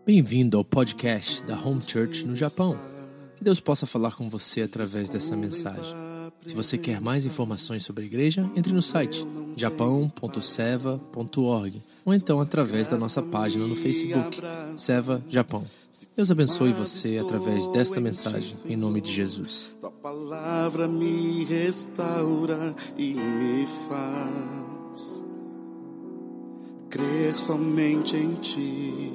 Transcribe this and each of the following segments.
Bem-vindo ao podcast da Home Church no Japão. Que Deus possa falar com você através dessa mensagem. Se você quer mais informações sobre a igreja, entre no site japão.seva.org ou então através da nossa página no Facebook, Seva Japão. Deus abençoe você através desta mensagem, em nome de Jesus. Tua palavra me restaura e me faz crer somente em Ti.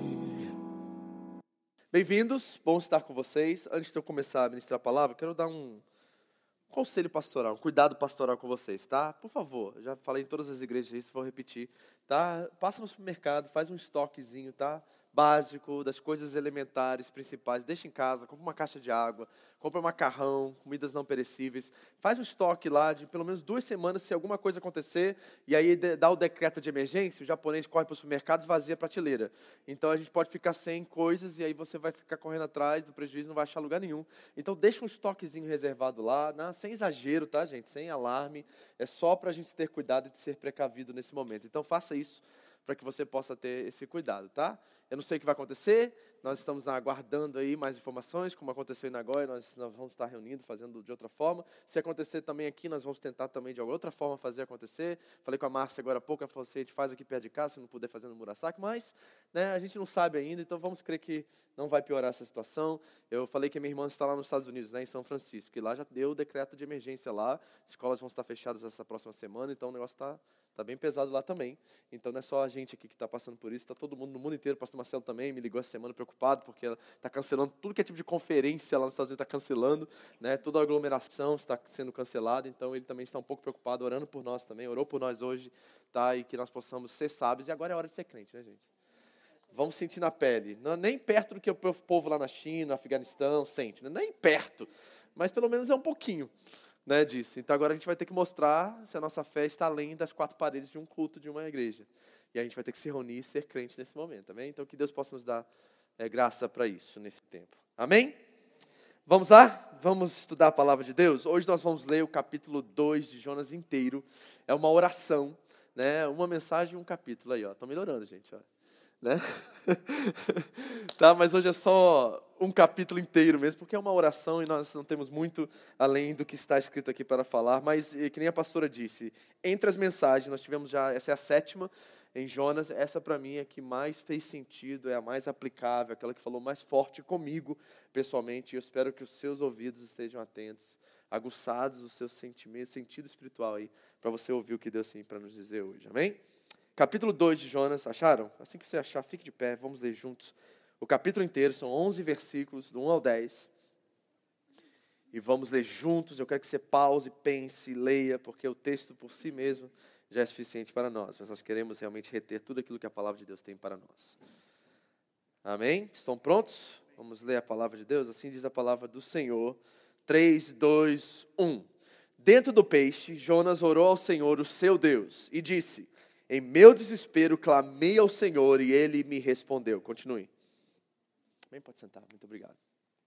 Bem-vindos, bom estar com vocês. Antes de eu começar a ministrar a palavra, quero dar um conselho pastoral, um cuidado pastoral com vocês, tá? Por favor, já falei em todas as igrejas isso, vou repetir, tá? Passa no supermercado, faz um estoquezinho, tá? Básico, das coisas elementares, principais, deixa em casa, compra uma caixa de água, compra macarrão, comidas não perecíveis, faz um estoque lá de pelo menos 2 semanas, se alguma coisa acontecer, e aí dá o decreto de emergência, o japonês corre para o supermercado e esvazia a prateleira. Então a gente pode ficar sem coisas, e aí você vai ficar correndo atrás do prejuízo, não vai achar lugar nenhum. Então deixa um estoquezinho reservado lá, sem exagero, tá, gente? Sem alarme, é só para a gente ter cuidado e ser precavido nesse momento. Então faça isso, para que você possa ter esse cuidado, tá? Eu não sei o que vai acontecer, nós estamos aguardando aí mais informações, como aconteceu em Nagoya, nós vamos estar reunindo, fazendo de outra forma. Se acontecer também aqui, nós vamos tentar também de outra forma fazer acontecer. Falei com a Márcia agora há pouco, ela falou assim, a gente faz aqui perto de casa, se não puder fazer no Murasaki, mas né, a gente não sabe ainda, então vamos crer que não vai piorar essa situação. Eu falei que a minha irmã está lá nos Estados Unidos, né, em São Francisco, e lá já deu o decreto de emergência lá, escolas vão estar fechadas essa próxima semana, então o negócio está bem pesado lá também. Então não é só a gente aqui que está passando por isso, está todo mundo no mundo inteiro. O pastor Marcelo também me ligou essa semana preocupado, porque ela está cancelando tudo que é tipo de conferência lá nos Estados Unidos, está cancelando, né? Toda a aglomeração está sendo cancelada, então ele também está um pouco preocupado, orando por nós também, orou por nós hoje, tá? E que nós possamos ser sábios, e agora é hora de ser crente, né, gente? Vamos sentir na pele, não, nem perto do que o povo lá na China, no Afeganistão sente, né? Nem perto, mas pelo menos é um pouquinho. Né, disso. Então agora a gente vai ter que mostrar se a nossa fé está além das 4 paredes de um culto, de uma igreja. E a gente vai ter que se reunir e ser crente nesse momento, amém? Então que Deus possa nos dar graça para isso, nesse tempo. Amém? Vamos lá? Vamos estudar a palavra de Deus? Hoje nós vamos ler o capítulo 2 de Jonas inteiro. É uma oração, né? Uma mensagem e um capítulo aí, ó. Estão melhorando, gente, ó. Né? Tá, mas hoje é só um capítulo inteiro mesmo, porque é uma oração e nós não temos muito além do que está escrito aqui para falar, mas que nem a pastora disse, entre as mensagens nós tivemos já, essa é a 7ª em Jonas, essa para mim é a que mais fez sentido, é a mais aplicável, aquela que falou mais forte comigo pessoalmente, e eu espero que os seus ouvidos estejam atentos, aguçados os seus sentimentos, sentido espiritual aí, para você ouvir o que Deus tem para nos dizer hoje, amém? Capítulo 2 de Jonas, acharam? Assim que você achar, fique de pé, vamos ler juntos. O capítulo inteiro, são 11 versículos, do 1 ao 10. E vamos ler juntos, eu quero que você pause, pense, leia, porque o texto por si mesmo já é suficiente para nós. Mas nós queremos realmente reter tudo aquilo que a palavra de Deus tem para nós. Amém? Estão prontos? Vamos ler a palavra de Deus? Assim diz a palavra do Senhor. 3, 2, 1. Dentro do peixe, Jonas orou ao Senhor, o seu Deus, e disse... Em meu desespero, clamei ao Senhor e Ele me respondeu. Continue. Bem, pode sentar. Muito obrigado.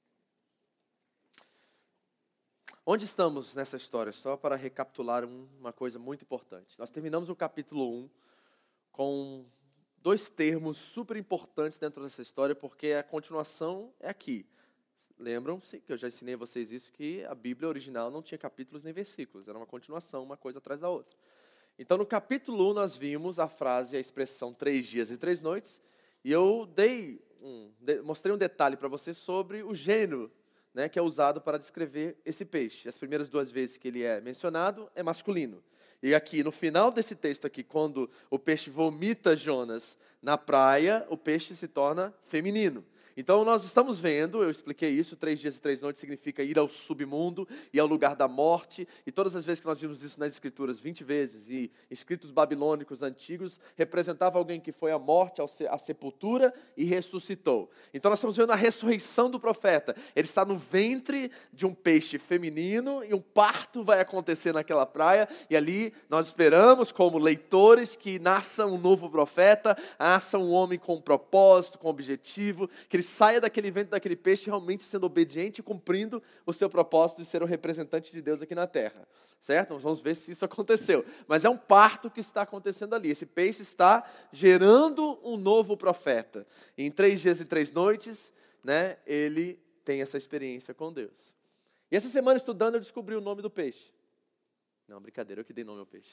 Onde estamos nessa história? Só para recapitular uma coisa muito importante. Nós terminamos o capítulo 1 com 2 termos super importantes dentro dessa história, porque a continuação é aqui. Lembram-se que eu já ensinei a vocês isso, que a Bíblia original não tinha capítulos nem versículos. Era uma continuação, uma coisa atrás da outra. Então, no capítulo 1, nós vimos a frase, a expressão 3 dias e 3 noites, e eu mostrei um detalhe para você sobre o gênero, né, que é usado para descrever esse peixe. As primeiras 2 vezes que ele é mencionado, é masculino. E aqui, no final desse texto aqui, quando o peixe vomita Jonas na praia, o peixe se torna feminino. Então, nós estamos vendo, eu expliquei isso, 3 dias e 3 noites significa ir ao submundo, ir ao lugar da morte, e todas as vezes que nós vimos isso nas Escrituras, 20 vezes, e escritos babilônicos antigos, representava alguém que foi à morte, à sepultura e ressuscitou. Então, nós estamos vendo a ressurreição do profeta. Ele está no ventre de um peixe feminino, e um parto vai acontecer naquela praia, e ali nós esperamos, como leitores, que nasça um novo profeta, nasça um homem com propósito, com objetivo, que ele ele saia daquele ventre, daquele peixe, realmente sendo obediente e cumprindo o seu propósito de ser o representante de Deus aqui na terra. Certo? Nós vamos ver se isso aconteceu. Mas é um parto que está acontecendo ali. Esse peixe está gerando um novo profeta. E em 3 dias e 3 noites, né, ele tem essa experiência com Deus. E essa semana, estudando, eu descobri o nome do peixe. Não, brincadeira, eu que dei nome ao peixe.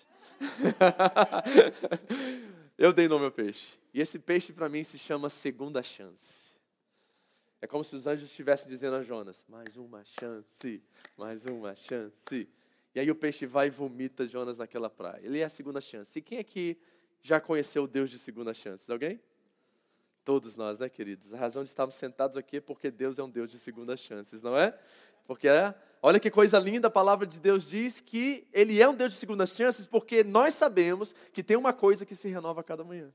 Eu dei nome ao peixe. E esse peixe, para mim, se chama Segunda Chance. É como se os anjos estivessem dizendo a Jonas, mais uma chance, mais uma chance. E aí o peixe vai e vomita Jonas naquela praia. Ele é a segunda chance. E quem aqui já conheceu o Deus de segunda chance? Alguém? Todos nós, né, queridos? A razão de estarmos sentados aqui é porque Deus é um Deus de segundas chances, não é? Porque, olha que coisa linda, a palavra de Deus diz que Ele é um Deus de segundas chances, porque nós sabemos que tem uma coisa que se renova a cada manhã.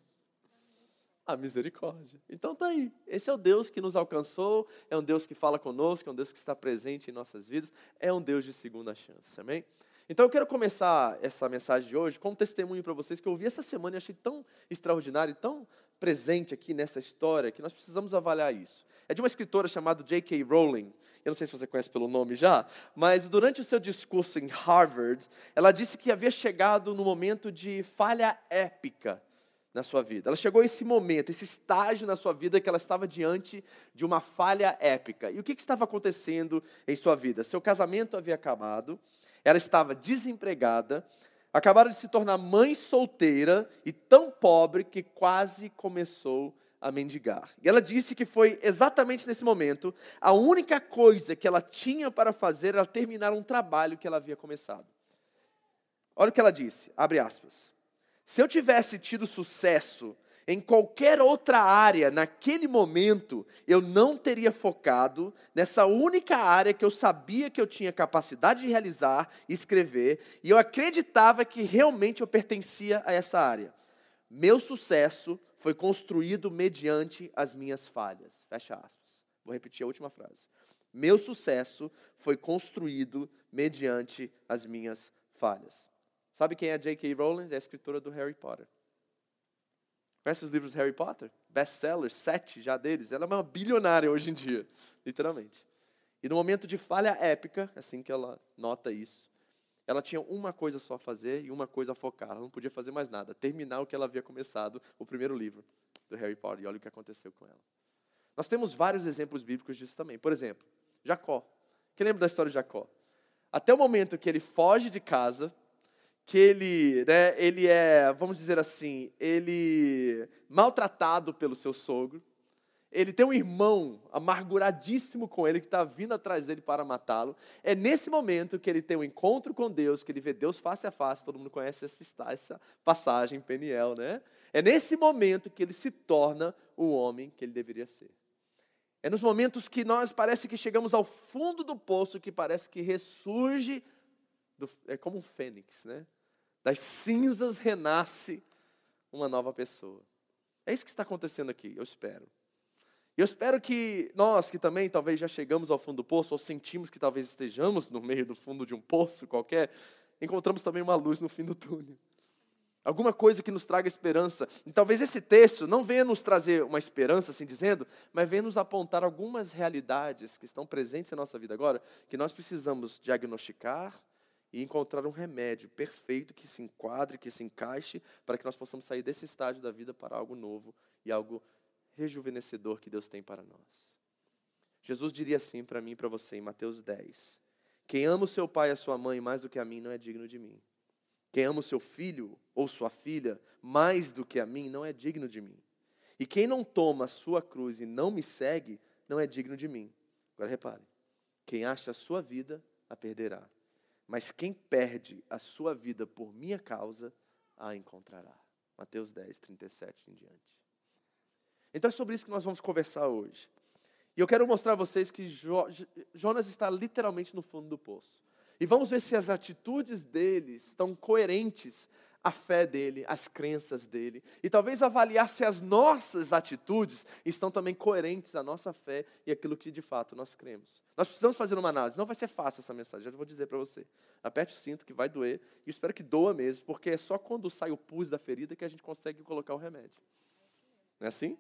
A misericórdia. Então tá aí. Esse é o Deus que nos alcançou, é um Deus que fala conosco, é um Deus que está presente em nossas vidas, é um Deus de segunda chance, amém? Então eu quero começar essa mensagem de hoje com um testemunho para vocês que eu ouvi essa semana e achei tão extraordinário, tão presente aqui nessa história, que nós precisamos avaliar isso. É de uma escritora chamada J.K. Rowling. Eu não sei se você conhece pelo nome já, mas durante o seu discurso em Harvard, ela disse que havia chegado no momento de falha épica na sua vida. Ela chegou a esse momento, esse estágio na sua vida que ela estava diante de uma falha épica. E o que estava acontecendo em sua vida? Seu casamento havia acabado, ela estava desempregada, acabaram de se tornar mãe solteira e tão pobre que quase começou a mendigar. E ela disse que foi exatamente nesse momento, a única coisa que ela tinha para fazer era terminar um trabalho que ela havia começado. Olha o que ela disse, abre aspas. Se eu tivesse tido sucesso em qualquer outra área naquele momento, eu não teria focado nessa única área que eu sabia que eu tinha capacidade de realizar e escrever, e eu acreditava que realmente eu pertencia a essa área. Meu sucesso foi construído mediante as minhas falhas. Fecha aspas. Vou repetir a última frase. Meu sucesso foi construído mediante as minhas falhas. Sabe quem é a J.K. Rowling? É a escritora do Harry Potter. Conhece os livros de Harry Potter? Best-sellers, 7 já deles. Ela é uma bilionária hoje em dia, literalmente. E no momento de falha épica, assim que ela nota isso, ela tinha uma coisa só a fazer e uma coisa a focar. Ela não podia fazer mais nada. Terminar o que ela havia começado, o primeiro livro do Harry Potter. E olha o que aconteceu com ela. Nós temos vários exemplos bíblicos disso também. Por exemplo, Jacó. Quem lembra da história de Jacó? Até o momento que ele foge de casa, que ele é, vamos dizer assim, ele maltratado pelo seu sogro. Ele tem um irmão amarguradíssimo com ele, que está vindo atrás dele para matá-lo. É nesse momento que ele tem um encontro com Deus, que ele vê Deus face a face. Todo mundo conhece essa passagem em Peniel, né? É nesse momento que ele se torna o homem que ele deveria ser. É nos momentos que nós parece que chegamos ao fundo do poço, que parece que ressurge, é como um fênix, né? Das cinzas renasce uma nova pessoa. É isso que está acontecendo aqui, eu espero. E eu espero que nós, que também talvez já chegamos ao fundo do poço, ou sentimos que talvez estejamos no meio do fundo de um poço qualquer, encontramos também uma luz no fim do túnel. Alguma coisa que nos traga esperança. E talvez esse texto não venha nos trazer uma esperança, assim dizendo, mas venha nos apontar algumas realidades que estão presentes na nossa vida agora, que nós precisamos diagnosticar e encontrar um remédio perfeito que se enquadre, que se encaixe, para que nós possamos sair desse estágio da vida para algo novo e algo rejuvenescedor que Deus tem para nós. Jesus diria assim para mim e para você em Mateus 10. Quem ama o seu pai e a sua mãe mais do que a mim não é digno de mim. Quem ama o seu filho ou sua filha mais do que a mim não é digno de mim. E quem não toma a sua cruz e não me segue não é digno de mim. Agora repare. Quem acha a sua vida a perderá. Mas quem perde a sua vida por minha causa a encontrará. Mateus 10, 37 em diante. Então é sobre isso que nós vamos conversar hoje. E eu quero mostrar a vocês que Jonas está literalmente no fundo do poço. E vamos ver se as atitudes dele estão coerentes à fé dele, às crenças dele. E talvez avaliar se as nossas atitudes estão também coerentes à nossa fé e aquilo que de fato nós cremos. Nós precisamos fazer uma análise. Não vai ser fácil essa mensagem, já vou dizer para você. Aperte o cinto que vai doer. E espero que doa mesmo, porque é só quando sai o pus da ferida que a gente consegue colocar o remédio. Não é assim?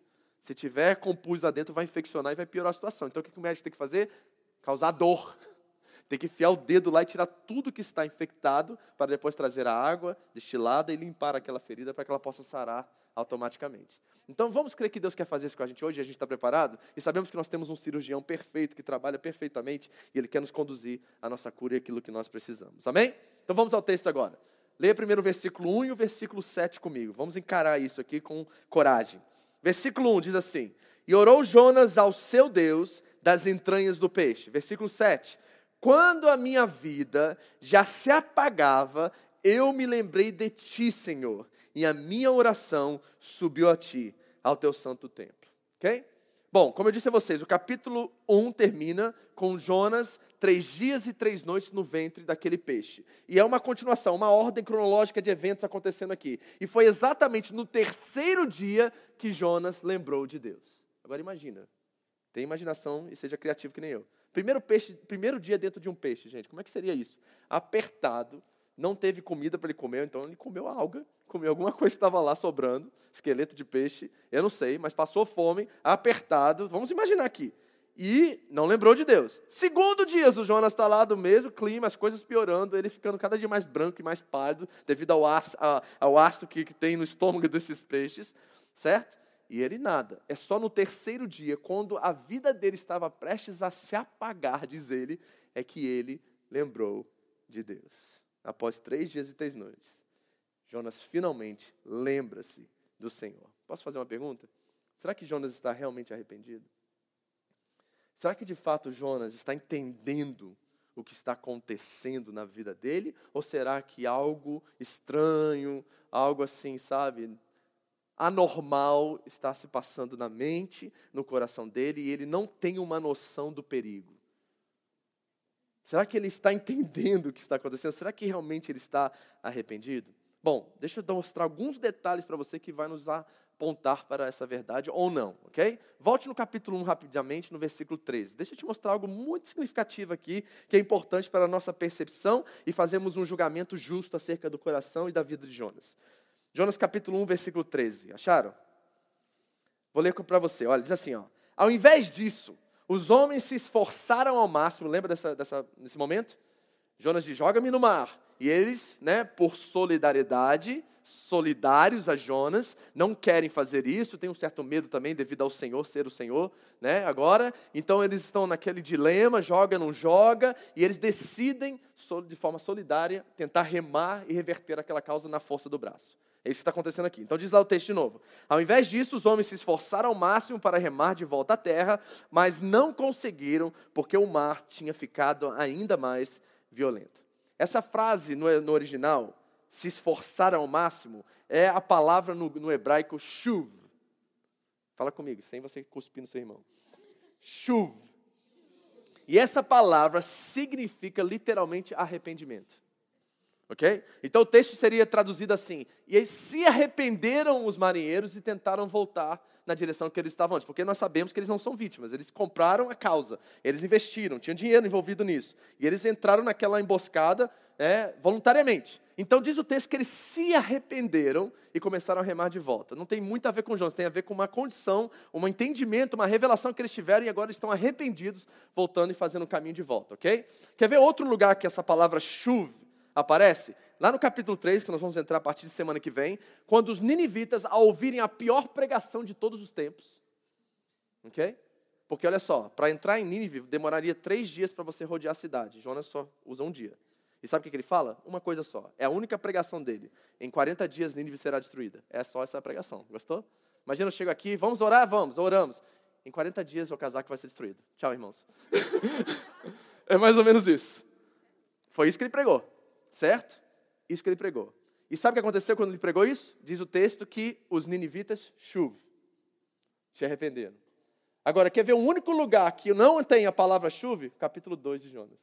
Se tiver compus lá dentro, vai infeccionar e vai piorar a situação. Então, o que o médico tem que fazer? Causar dor. Tem que enfiar o dedo lá e tirar tudo que está infectado, para depois trazer a água destilada e limpar aquela ferida para que ela possa sarar automaticamente. Então, vamos crer que Deus quer fazer isso com a gente hoje, e a gente está preparado? E sabemos que nós temos um cirurgião perfeito, que trabalha perfeitamente, e Ele quer nos conduzir à nossa cura e aquilo que nós precisamos. Amém? Então, vamos ao texto agora. Leia primeiro o versículo 1 e o versículo 7 comigo. Vamos encarar isso aqui com coragem. Versículo 1 diz assim: E orou Jonas ao seu Deus das entranhas do peixe. Versículo 7. Quando a minha vida já se apagava, eu me lembrei de ti, Senhor, e a minha oração subiu a ti, ao teu santo templo. Ok? Bom, como eu disse a vocês, o capítulo 1 termina com Jonas 3 dias e 3 noites no ventre daquele peixe. E é uma continuação, uma ordem cronológica de eventos acontecendo aqui. E foi exatamente no terceiro dia que Jonas lembrou de Deus. Agora imagina, tenha imaginação e seja criativo que nem eu. Primeiro dia dentro de um peixe, gente, como é que seria isso? Apertado, não teve comida para ele comer, então ele comeu alga, comeu alguma coisa que estava lá sobrando, esqueleto de peixe, eu não sei, mas passou fome, apertado, vamos imaginar aqui. E não lembrou de Deus. Segundo dia, o Jonas está lá do mesmo clima, as coisas piorando, ele ficando cada dia mais branco e mais pálido, devido ao ácido que tem no estômago desses peixes, certo? E ele nada. É só no terceiro dia, quando a vida dele estava prestes a se apagar, diz ele, é que ele lembrou de Deus. Após 3 dias e 3 noites, Jonas finalmente lembra-se do Senhor. Posso fazer uma pergunta? Será que Jonas está realmente arrependido? Será que de fato Jonas está entendendo o que está acontecendo na vida dele? Ou será que algo estranho, algo assim, sabe, anormal está se passando na mente, no coração dele, e ele não tem uma noção do perigo? Será que ele está entendendo o que está acontecendo? Será que realmente ele está arrependido? Bom, deixa eu mostrar alguns detalhes para você que vai nos apontar para essa verdade ou não, ok? Volte no capítulo 1 rapidamente, no versículo 13. Deixa eu te mostrar algo muito significativo aqui, que é importante para a nossa percepção e fazermos um julgamento justo acerca do coração e da vida de Jonas. Jonas capítulo 1, versículo 13. Acharam? Vou ler para você. Olha, diz assim, ó. Ao invés disso, os homens se esforçaram ao máximo. Lembra desse momento? Jonas diz, joga-me no mar. E eles, por solidariedade, solidários a Jonas, não querem fazer isso, tem um certo medo também devido ao Senhor ser o Senhor, agora. Então eles estão naquele dilema, joga, não joga, e eles decidem, de forma solidária, tentar remar e reverter aquela causa na força do braço. É isso que está acontecendo aqui. Então diz lá o texto de novo. Ao invés disso, os homens se esforçaram ao máximo para remar de volta à terra, mas não conseguiram, porque o mar tinha ficado ainda mais violento. Essa frase no original, se esforçaram ao máximo, é a palavra no hebraico shuv. Fala comigo, sem você cuspir no seu irmão. Shuv. E essa palavra significa literalmente arrependimento. Ok? Então o texto seria traduzido assim: e eles se arrependeram os marinheiros e tentaram voltar na direção que eles estavam antes, porque nós sabemos que eles não são vítimas, eles compraram a causa, eles investiram, tinham dinheiro envolvido nisso, e eles entraram naquela emboscada voluntariamente. Então diz o texto que eles se arrependeram e começaram a remar de volta. Não tem muito a ver com Jonas, tem a ver com uma condição, um entendimento, uma revelação que eles tiveram e agora estão arrependidos, voltando e fazendo o caminho de volta, ok? Quer ver outro lugar que essa palavra shuv aparece? Lá no capítulo 3, que nós vamos entrar a partir de semana que vem, quando os ninivitas, ao ouvirem a pior pregação de todos os tempos, ok? Porque olha só, para entrar em Nínive demoraria 3 dias para você rodear a cidade. Jonas só usa 1 dia. E sabe o que ele fala? Uma coisa só. É a única pregação dele. Em 40 dias Nínive será destruída. É só essa pregação. Gostou? Imagina, eu chego aqui, vamos orar? Vamos, oramos. Em 40 dias o casaco vai ser destruído. Tchau, irmãos. É mais ou menos isso. Foi isso que ele pregou. Certo? Isso que ele pregou. E sabe o que aconteceu quando ele pregou isso? Diz o texto que os ninivitas se arrependeram. Agora, quer ver o único lugar que não tem a palavra chuve? Capítulo 2 de Jonas.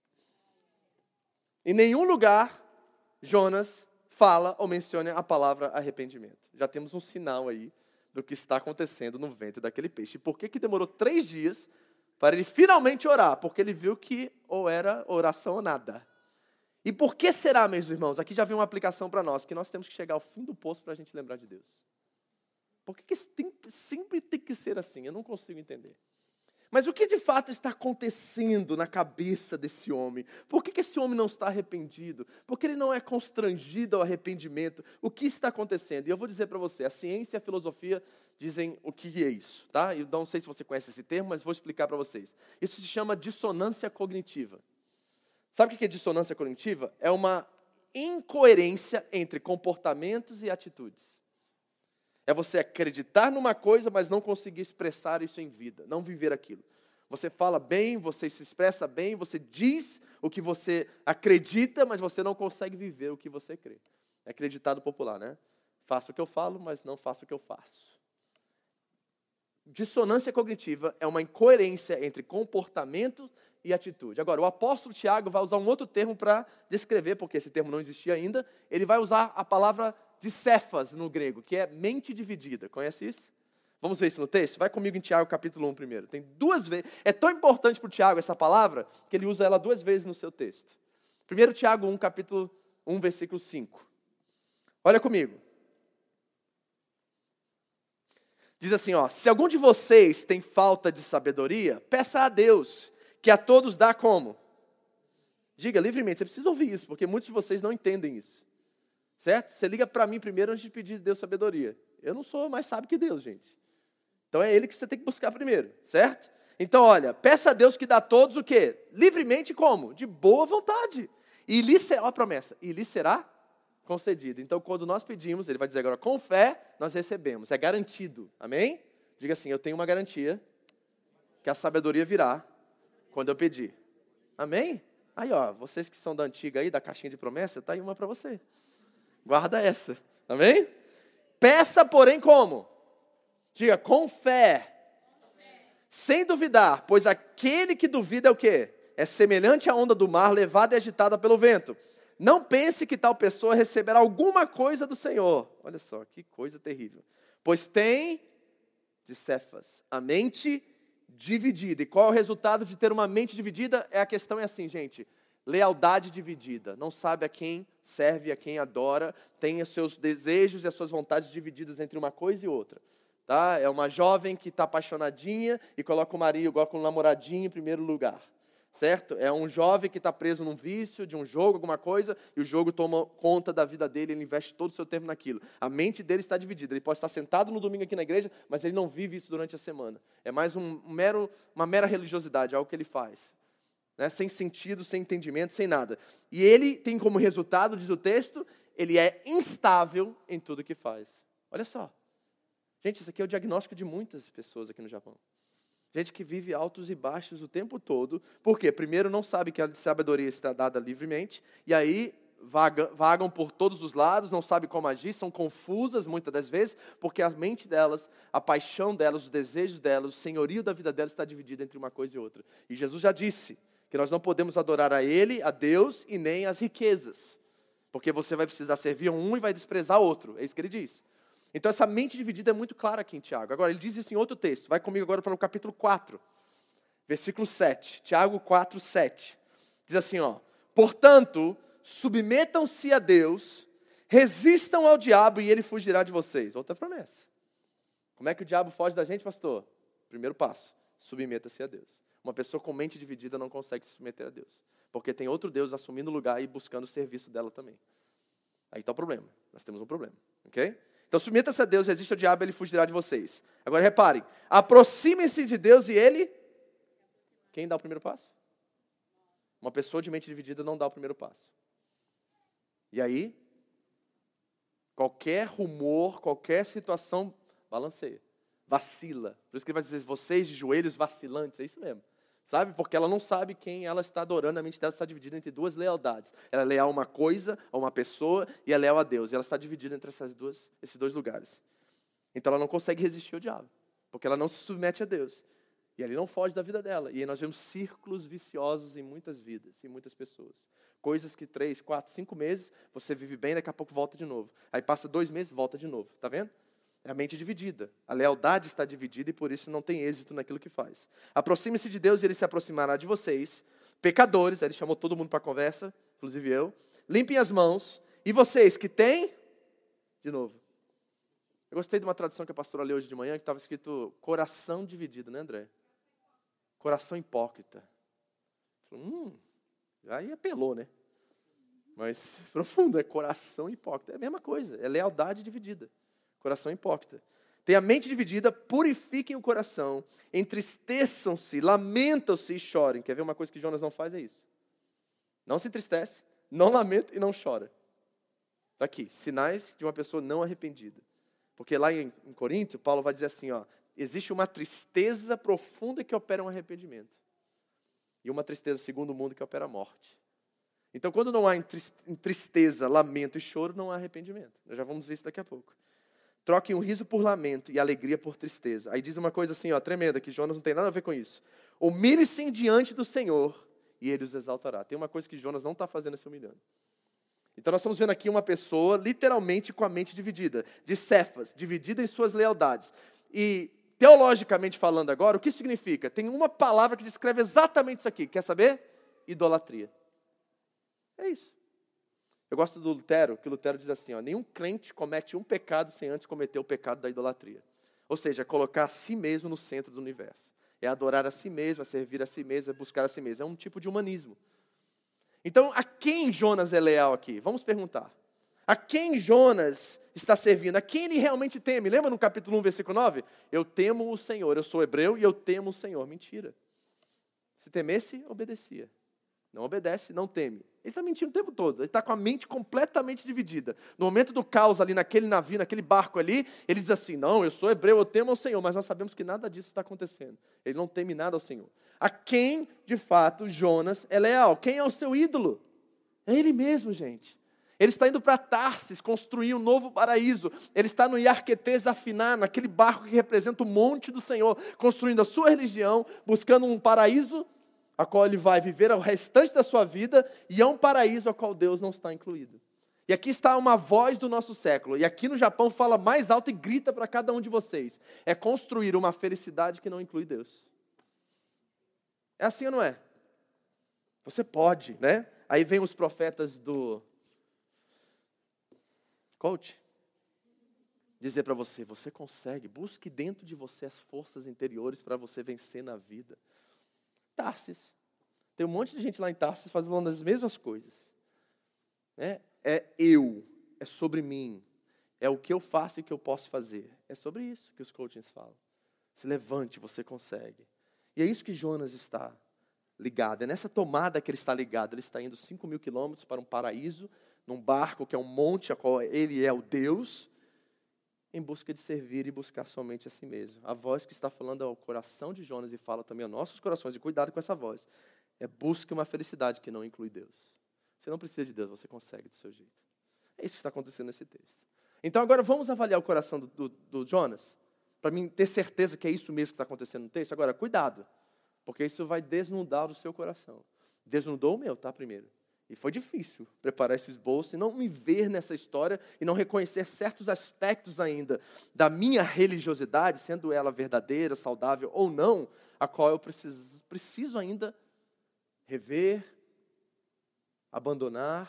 Em nenhum lugar Jonas fala ou menciona a palavra arrependimento. Já temos um sinal aí do que está acontecendo no ventre daquele peixe. E por que demorou 3 dias para ele finalmente orar? Porque ele viu que ou era oração ou nada. E por que será, meus irmãos? Aqui já vem uma aplicação para nós, que nós temos que chegar ao fim do poço para a gente lembrar de Deus. Por que isso sempre tem que ser assim? Eu não consigo entender. Mas o que de fato está acontecendo na cabeça desse homem? Por que esse homem não está arrependido? Por que ele não é constrangido ao arrependimento? O que está acontecendo? E eu vou dizer para você, a ciência e a filosofia dizem o que é isso, tá? Eu não sei se você conhece esse termo, mas vou explicar para vocês. Isso se chama dissonância cognitiva. Sabe o que é dissonância cognitiva? É uma incoerência entre comportamentos e atitudes. É você acreditar numa coisa, mas não conseguir expressar isso em vida, não viver aquilo. Você fala bem, você se expressa bem, você diz o que você acredita, mas você não consegue viver o que você crê. É aquele ditado popular, né? Faço o que eu falo, mas não faço o que eu faço. Dissonância cognitiva é uma incoerência entre comportamento e atitude. Agora, o apóstolo Tiago vai usar um outro termo para descrever, porque esse termo não existia ainda. Ele vai usar a palavra de Cefas no grego, que é mente dividida. Conhece isso? Vamos ver isso no texto? Vai comigo em Tiago capítulo 1 primeiro. Tem 2 vezes. É tão importante para o Tiago essa palavra, que ele usa ela 2 vezes no seu texto. Primeiro Tiago 1, capítulo 1, versículo 5. Olha comigo. Diz assim, ó, se algum de vocês tem falta de sabedoria, peça a Deus, que a todos dá como? Diga livremente, você precisa ouvir isso, porque muitos de vocês não entendem isso. Certo? Você liga para mim primeiro antes de pedir a Deus sabedoria. Eu não sou mais sábio que Deus, gente. Então é Ele que você tem que buscar primeiro, certo? Então, olha, peça a Deus que dá a todos o quê? Livremente como? De boa vontade. E lhe será, ó a promessa, e lhe será concedido. Então, quando nós pedimos, Ele vai dizer agora, com fé, nós recebemos. É garantido, amém? Diga assim, eu tenho uma garantia que a sabedoria virá quando eu pedir. Amém? Aí, ó, vocês que são da antiga aí, da caixinha de promessa, tá aí uma para você. Guarda essa, amém? Peça, porém, como? Diga, com fé. Sem duvidar, pois aquele que duvida é o quê? É semelhante à onda do mar, levada e agitada pelo vento. Não pense que tal pessoa receberá alguma coisa do Senhor. Olha só, que coisa terrível. Pois tem, de Cefas, a mente dividida. E qual é o resultado de ter uma mente dividida? A questão é assim, gente. Lealdade dividida, não sabe a quem serve, a quem adora, tem os seus desejos e as suas vontades divididas entre uma coisa e outra. Tá? É uma jovem que está apaixonadinha e coloca o marido, coloca o namoradinho em primeiro lugar. Certo? É um jovem que está preso num vício, de um jogo, alguma coisa, e o jogo toma conta da vida dele, ele investe todo o seu tempo naquilo. A mente dele está dividida, ele pode estar sentado no domingo aqui na igreja, mas ele não vive isso durante a semana. É mais uma mera religiosidade, algo que ele faz. Né? Sem sentido, sem entendimento, sem nada. E ele tem como resultado, diz o texto, ele é instável em tudo que faz. Olha só. Gente, isso aqui é o diagnóstico de muitas pessoas aqui no Japão. Gente que vive altos e baixos o tempo todo. Por quê? Primeiro, não sabe que a sabedoria está dada livremente. E aí, vagam por todos os lados, não sabem como agir, são confusas muitas das vezes, porque a mente delas, a paixão delas, os desejos delas, o senhorio da vida delas está dividido entre uma coisa e outra. E Jesus já disse que nós não podemos adorar a Ele, a Deus, e nem as riquezas. Porque você vai precisar servir a um e vai desprezar outro. É isso que ele diz. Então, essa mente dividida é muito clara aqui em Tiago. Agora, ele diz isso em outro texto. Vai comigo agora para o capítulo 4, versículo 7. Tiago 4, 7. Diz assim, ó. Portanto, submetam-se a Deus, resistam ao diabo e ele fugirá de vocês. Outra promessa. Como é que o diabo foge da gente, pastor? Primeiro passo, submeta-se a Deus. Uma pessoa com mente dividida não consegue se submeter a Deus. Porque tem outro Deus assumindo o lugar e buscando o serviço dela também. Aí está o problema. Nós temos um problema. Ok? Então, submeta-se a Deus, resiste ao diabo, ele fugirá de vocês. Agora, reparem. Aproximem-se de Deus e ele... Quem dá o primeiro passo? Uma pessoa de mente dividida não dá o primeiro passo. E aí, qualquer rumor, qualquer situação, balanceia. Vacila. Por isso que ele vai dizer, vocês de joelhos vacilantes. É isso mesmo. Sabe? Porque ela não sabe quem ela está adorando. A mente dela está dividida entre 2 lealdades. Ela é leal a uma coisa, a uma pessoa, e é leal a Deus. E ela está dividida entre esses 2 lugares. Então ela não consegue resistir ao diabo. Porque ela não se submete a Deus. E ele não foge da vida dela. E aí nós vemos círculos viciosos em muitas vidas, em muitas pessoas. Coisas que 3, 4, 5 meses, você vive bem, daqui a pouco volta de novo. Aí passa 2 meses, volta de novo. Está vendo? É a mente dividida. A lealdade está dividida e por isso não tem êxito naquilo que faz. Aproxime-se de Deus e Ele se aproximará de vocês. Pecadores, aí ele chamou todo mundo para a conversa, inclusive eu. Limpem as mãos. E vocês que têm, de novo, Eu gostei de uma tradução que a pastora leu hoje de manhã, que estava escrito coração dividido, né, André? Coração hipócrita. Aí apelou, né? Mas profundo, é coração hipócrita. É a mesma coisa, é lealdade dividida. Coração hipócrita. Tem a mente dividida, purifiquem o coração, entristeçam-se, lamentam-se e chorem. Quer ver uma coisa que Jonas não faz? É isso. Não se entristece, não lamenta e não chora. Está aqui, sinais de uma pessoa não arrependida. Porque lá em Coríntio, Paulo vai dizer assim, ó, existe uma tristeza profunda que opera um arrependimento. E uma tristeza segundo o mundo que opera a morte. Então, quando não há tristeza, lamento e choro, não há arrependimento. Nós já vamos ver isso daqui a pouco. Troquem o riso por lamento e a alegria por tristeza. Aí diz uma coisa assim, ó, tremenda, que Jonas não tem nada a ver com isso. Humilhe-se diante do Senhor e Ele os exaltará. Tem uma coisa que Jonas não está fazendo, se humilhando. Então nós estamos vendo aqui uma pessoa literalmente com a mente dividida, de Cefas, dividida em suas lealdades. E teologicamente falando agora, o que isso significa? Tem uma palavra que descreve exatamente isso aqui. Quer saber? Idolatria. É isso. Eu gosto do Lutero, que o Lutero diz assim, ó, nenhum crente comete um pecado sem antes cometer o pecado da idolatria. Ou seja, é colocar a si mesmo no centro do universo. É adorar a si mesmo, é servir a si mesmo, é buscar a si mesmo. É um tipo de humanismo. Então, a quem Jonas é leal aqui? Vamos perguntar. A quem Jonas está servindo? A quem ele realmente teme? Lembra no capítulo 1, versículo 9? Eu temo o Senhor. Eu sou hebreu e eu temo o Senhor. Mentira. Se temesse, obedecia. Não obedece, não teme. Ele está mentindo o tempo todo. Ele está com a mente completamente dividida. No momento do caos ali, naquele navio, naquele barco ali, ele diz assim, não, eu sou hebreu, eu temo ao Senhor. Mas nós sabemos que nada disso está acontecendo. Ele não teme nada ao Senhor. A quem, de fato, Jonas é leal? Quem é o seu ídolo? É ele mesmo, gente. Ele está indo para Tarsis, construir um novo paraíso. Ele está no Iarquetes Afiná, naquele barco que representa o monte do Senhor, construindo a sua religião, buscando um paraíso a qual ele vai viver o restante da sua vida, e é um paraíso a qual Deus não está incluído. E aqui está uma voz do nosso século, e aqui no Japão fala mais alto e grita para cada um de vocês. É construir uma felicidade que não inclui Deus. É assim ou não é? Você pode, né? Aí vem os profetas do coach dizer para você, você consegue, busque dentro de você as forças interiores para você vencer na vida. Tarsis. Tem um monte de gente lá em Tarsis fazendo as mesmas coisas. É eu, é sobre mim, é o que eu faço e o que eu posso fazer. É sobre isso que os coachings falam. Se levante, você consegue. E é isso que Jonas está ligado. É nessa tomada que ele está ligado. Ele está indo 5.000 quilômetros para um paraíso, num barco que é um monte, a qual ele é o Deus, em busca de servir e buscar somente a si mesmo. A voz que está falando ao coração de Jonas e fala também aos nossos corações, e cuidado com essa voz, é busque uma felicidade que não inclui Deus. Você não precisa de Deus, você consegue do seu jeito. É isso que está acontecendo nesse texto. Então agora vamos avaliar o coração do Jonas, para mim ter certeza que é isso mesmo que está acontecendo no texto. Agora, cuidado, porque isso vai desnudar o seu coração. Desnudou o meu, tá, primeiro. E foi difícil preparar esse esboço e não me ver nessa história e não reconhecer certos aspectos ainda da minha religiosidade, sendo ela verdadeira, saudável ou não, a qual eu preciso ainda rever, abandonar,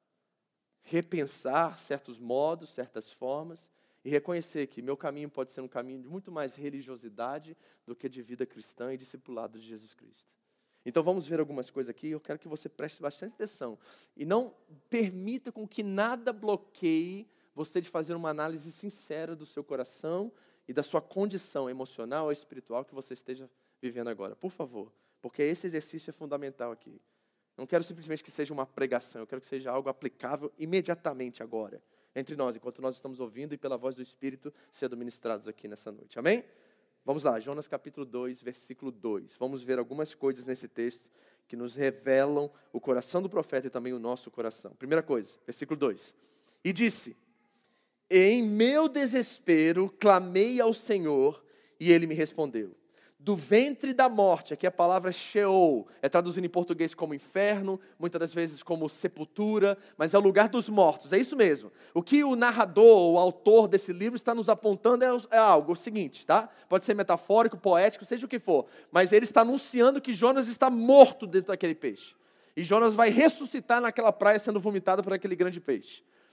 repensar certos modos, certas formas e reconhecer que meu caminho pode ser um caminho de muito mais religiosidade do que de vida cristã e discipulado de Jesus Cristo. Então vamos ver algumas coisas aqui, eu quero que você preste bastante atenção. E não permita com que nada bloqueie você de fazer uma análise sincera do seu coração e da sua condição emocional ou espiritual que você esteja vivendo agora. Por favor, porque esse exercício é fundamental aqui. Não quero simplesmente que seja uma pregação, eu quero que seja algo aplicável imediatamente agora, entre nós, enquanto nós estamos ouvindo e pela voz do Espírito sendo ministrados aqui nessa noite. Amém? Vamos lá, Jonas capítulo 2, versículo 2. Vamos ver algumas coisas nesse texto que nos revelam o coração do profeta e também o nosso coração. Primeira coisa, versículo 2. E disse, em meu desespero clamei ao Senhor e Ele me respondeu. Do ventre da morte, aqui a palavra Sheol, é traduzido em português como inferno, muitas das vezes como sepultura, mas é o lugar dos mortos, é isso mesmo. O que o narrador, o autor desse livro está nos apontando é algo, o seguinte, tá? Pode ser metafórico, poético, seja o que for, mas ele está anunciando que Jonas está morto dentro daquele peixe. E Jonas vai ressuscitar naquela praia sendo vomitado por aquele grande peixe.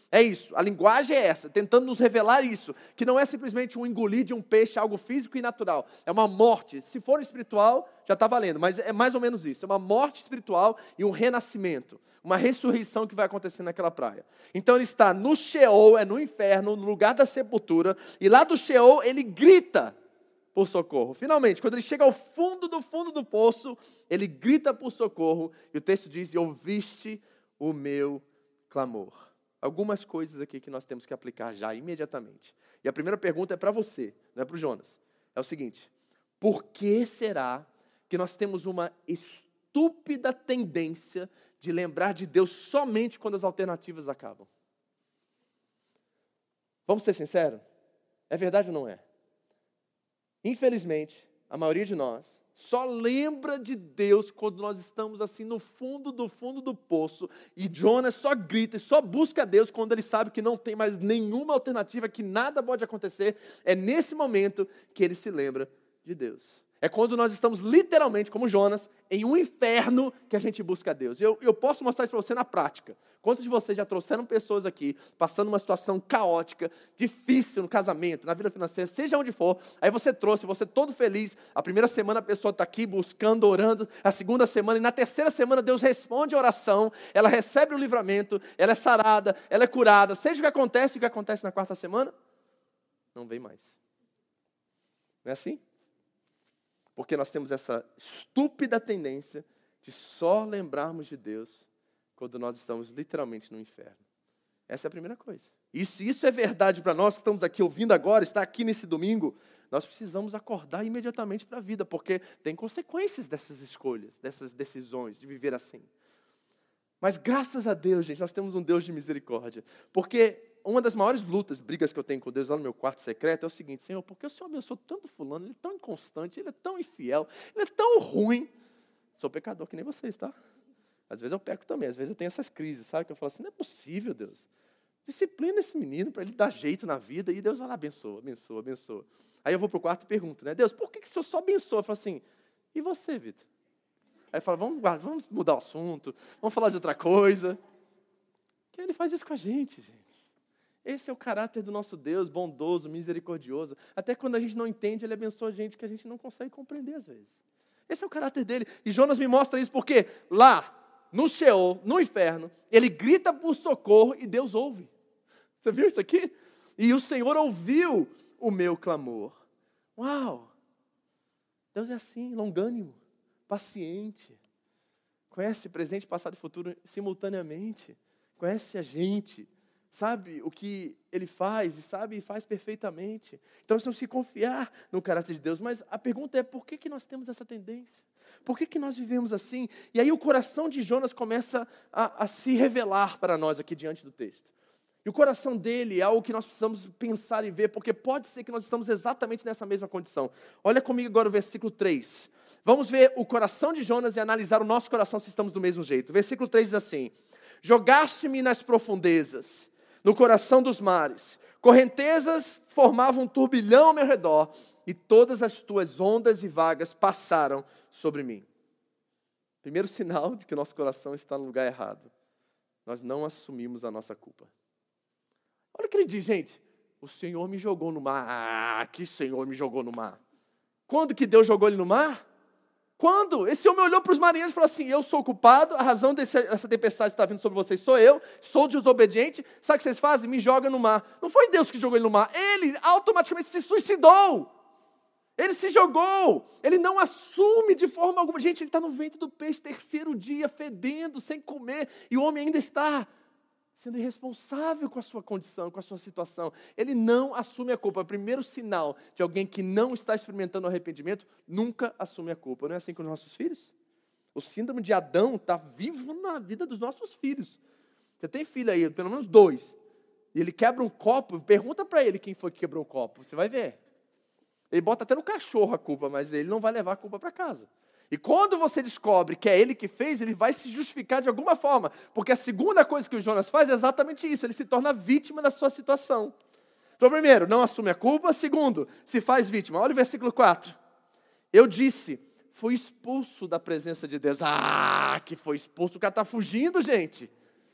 É isso, a linguagem é essa, tentando nos revelar isso, que não é simplesmente um engolir de um peixe, algo físico e natural, é uma morte. Se for espiritual, já está valendo, mas é mais ou menos isso, é uma morte espiritual e um renascimento, uma ressurreição que vai acontecer naquela praia. Então ele está no Sheol, é no inferno, no lugar da sepultura, e lá do Sheol ele grita por socorro. Finalmente, quando ele chega ao fundo do poço, ele grita por socorro, e o texto diz, e ouviste o meu clamor. Algumas coisas aqui que nós temos que aplicar já, imediatamente. E a primeira pergunta é para você, não é para o Jonas. É o seguinte, por que será que nós temos uma estúpida tendência de lembrar de Deus somente quando as alternativas acabam? Vamos ser sinceros? É verdade ou não é? Infelizmente, a maioria de nós só lembra de Deus quando nós estamos assim no fundo do poço. E Jonas só grita e só busca Deus quando ele sabe que não tem mais nenhuma alternativa, que nada pode acontecer. É nesse momento que ele se lembra de Deus. É quando nós estamos literalmente, como Jonas, em um inferno que a gente busca Deus. Eu posso mostrar isso para você na prática. Quantos de vocês já trouxeram pessoas aqui, passando uma situação caótica, difícil no casamento, na vida financeira, seja onde for, aí você trouxe, você todo feliz, a primeira semana a pessoa está aqui buscando, orando, a segunda semana, e na terceira semana Deus responde a oração, ela recebe o livramento, ela é sarada, ela é curada, seja o que acontece na quarta semana, não vem mais. Não é assim? Porque nós temos essa estúpida tendência de só lembrarmos de Deus quando nós estamos literalmente no inferno. Essa é a primeira coisa. E se isso é verdade para nós que estamos aqui ouvindo agora, está aqui nesse domingo, nós precisamos acordar imediatamente para a vida, porque tem consequências dessas escolhas, dessas decisões, de viver assim. Mas graças a Deus, gente, nós temos um Deus de misericórdia. Porque uma das maiores lutas, brigas que eu tenho com Deus lá no meu quarto secreto é o seguinte: Senhor, por que o Senhor abençoou tanto fulano? Ele é tão inconstante, ele é tão infiel, ele é tão ruim. Sou pecador que nem vocês, tá? Às vezes eu peco também, às vezes eu tenho essas crises, sabe? Que eu falo assim, não é possível, Deus. Disciplina esse menino para ele dar jeito na vida. E Deus vai lá, abençoa, abençoa, abençoa. Aí eu vou para o quarto e pergunto, né? Deus, por que o Senhor só abençoa? Eu falo assim, e você, Vitor? Aí eu falo, vamos mudar o assunto, vamos falar de outra coisa. Que ele faz isso com a gente, gente. Esse é o caráter do nosso Deus, bondoso, misericordioso. Até quando a gente não entende, Ele abençoa a gente que a gente não consegue compreender às vezes. Esse é o caráter dele. E Jonas me mostra isso porque lá, no Sheol, no inferno, ele grita por socorro e Deus ouve. Você viu isso aqui? E o Senhor ouviu o meu clamor. Uau! Deus é assim, longânimo, paciente. Conhece presente, passado e futuro simultaneamente. Conhece a gente. Sabe o que Ele faz e sabe e faz perfeitamente. Então nós temos que confiar no caráter de Deus. Mas a pergunta é, por que nós temos essa tendência? Por que nós vivemos assim? E aí o coração de Jonas começa a se revelar para nós aqui diante do texto. E o coração dele é algo que nós precisamos pensar e ver, porque pode ser que nós estamos exatamente nessa mesma condição. Olha comigo agora o versículo 3. Vamos ver o coração de Jonas e analisar o nosso coração se estamos do mesmo jeito. O versículo 3 diz assim: jogaste-me nas profundezas, no coração dos mares, correntezas formavam um turbilhão ao meu redor, e todas as tuas ondas e vagas passaram sobre mim. Primeiro sinal de que o nosso coração está no lugar errado. Nós não assumimos a nossa culpa. Olha o que ele diz, gente. O Senhor me jogou no mar. Ah, que Senhor me jogou no mar. Quando que Deus jogou ele no mar? Quando? Esse homem olhou para os marinheiros e falou assim, eu sou o culpado, a razão dessa tempestade está vindo sobre vocês sou eu, sou desobediente, sabe o que vocês fazem? Me jogam no mar. Não foi Deus que jogou ele no mar, ele automaticamente se suicidou. Ele se jogou, ele não assume de forma alguma. Gente, ele está no ventre do peixe, terceiro dia, fedendo, sem comer, e o homem ainda está sendo irresponsável com a sua condição, com a sua situação. Ele não assume a culpa. O primeiro sinal de alguém que não está experimentando arrependimento, nunca assume a culpa. Não é assim com os nossos filhos? O síndrome de Adão está vivo na vida dos nossos filhos. Você tem filho aí, pelo menos 2. E ele quebra um copo, pergunta para ele quem foi que quebrou o copo. Você vai ver. Ele bota até no cachorro a culpa, mas ele não vai levar a culpa para casa. E quando você descobre que é ele que fez, ele vai se justificar de alguma forma. Porque a segunda coisa que o Jonas faz é exatamente isso. Ele se torna vítima da sua situação. Então, primeiro, não assume a culpa. Segundo, se faz vítima. Olha o versículo 4. Eu disse, fui expulso da presença de Deus. Ah, que foi expulso. O cara está fugindo, gente.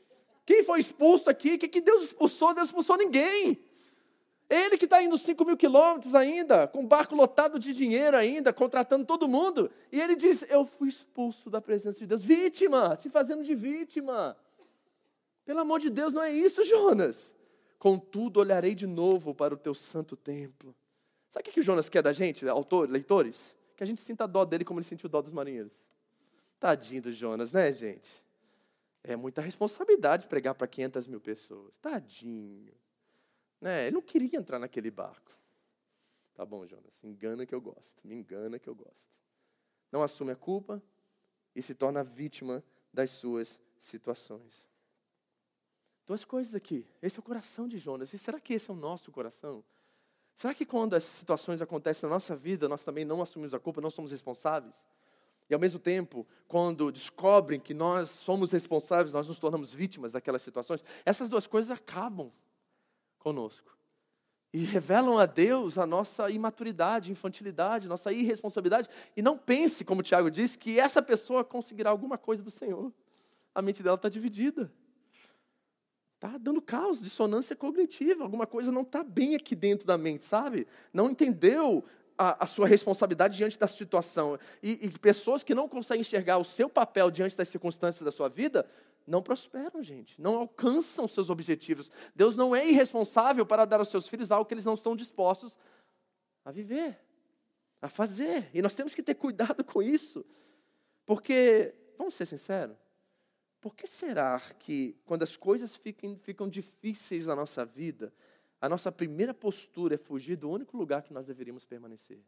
Quem foi expulso aqui? O que Deus expulsou? Deus expulsou ninguém. Ele que está indo 5.000 quilômetros ainda, com o barco lotado de dinheiro ainda, contratando todo mundo. E ele diz, eu fui expulso da presença de Deus. Vítima, se fazendo de vítima. Pelo amor de Deus, não é isso, Jonas. Contudo, olharei de novo para o teu santo templo. Sabe o que o Jonas quer da gente, leitores? Que a gente sinta dó dele como ele sentiu dó dos marinheiros. Tadinho do Jonas, né, gente? É muita responsabilidade pregar para 500.000 pessoas. Tadinho. Né? Ele não queria entrar naquele barco. Tá bom, Jonas, engana que eu gosto. Me engana que eu gosto. Não assume a culpa e se torna vítima das suas situações. Duas coisas aqui. Esse é o coração de Jonas. E será que esse é o nosso coração? Será que quando as situações acontecem na nossa vida, nós também não assumimos a culpa, não somos responsáveis? E ao mesmo tempo, quando descobrem que nós somos responsáveis, nós nos tornamos vítimas daquelas situações, essas duas coisas acabam conosco. E revelam a Deus a nossa imaturidade, infantilidade, nossa irresponsabilidade. E não pense, como o Tiago disse, que essa pessoa conseguirá alguma coisa do Senhor. A mente dela está dividida. Está dando caos, dissonância cognitiva. Alguma coisa não está bem aqui dentro da mente, sabe? Não entendeu a sua responsabilidade diante da situação. E pessoas que não conseguem enxergar o seu papel diante das circunstâncias da sua vida, não prosperam, gente. Não alcançam seus objetivos. Deus não é irresponsável para dar aos seus filhos algo que eles não estão dispostos a viver, a fazer. E nós temos que ter cuidado com isso. Porque, vamos ser sinceros, por que será que quando as coisas ficam difíceis na nossa vida, a nossa primeira postura é fugir do único lugar que nós deveríamos permanecer?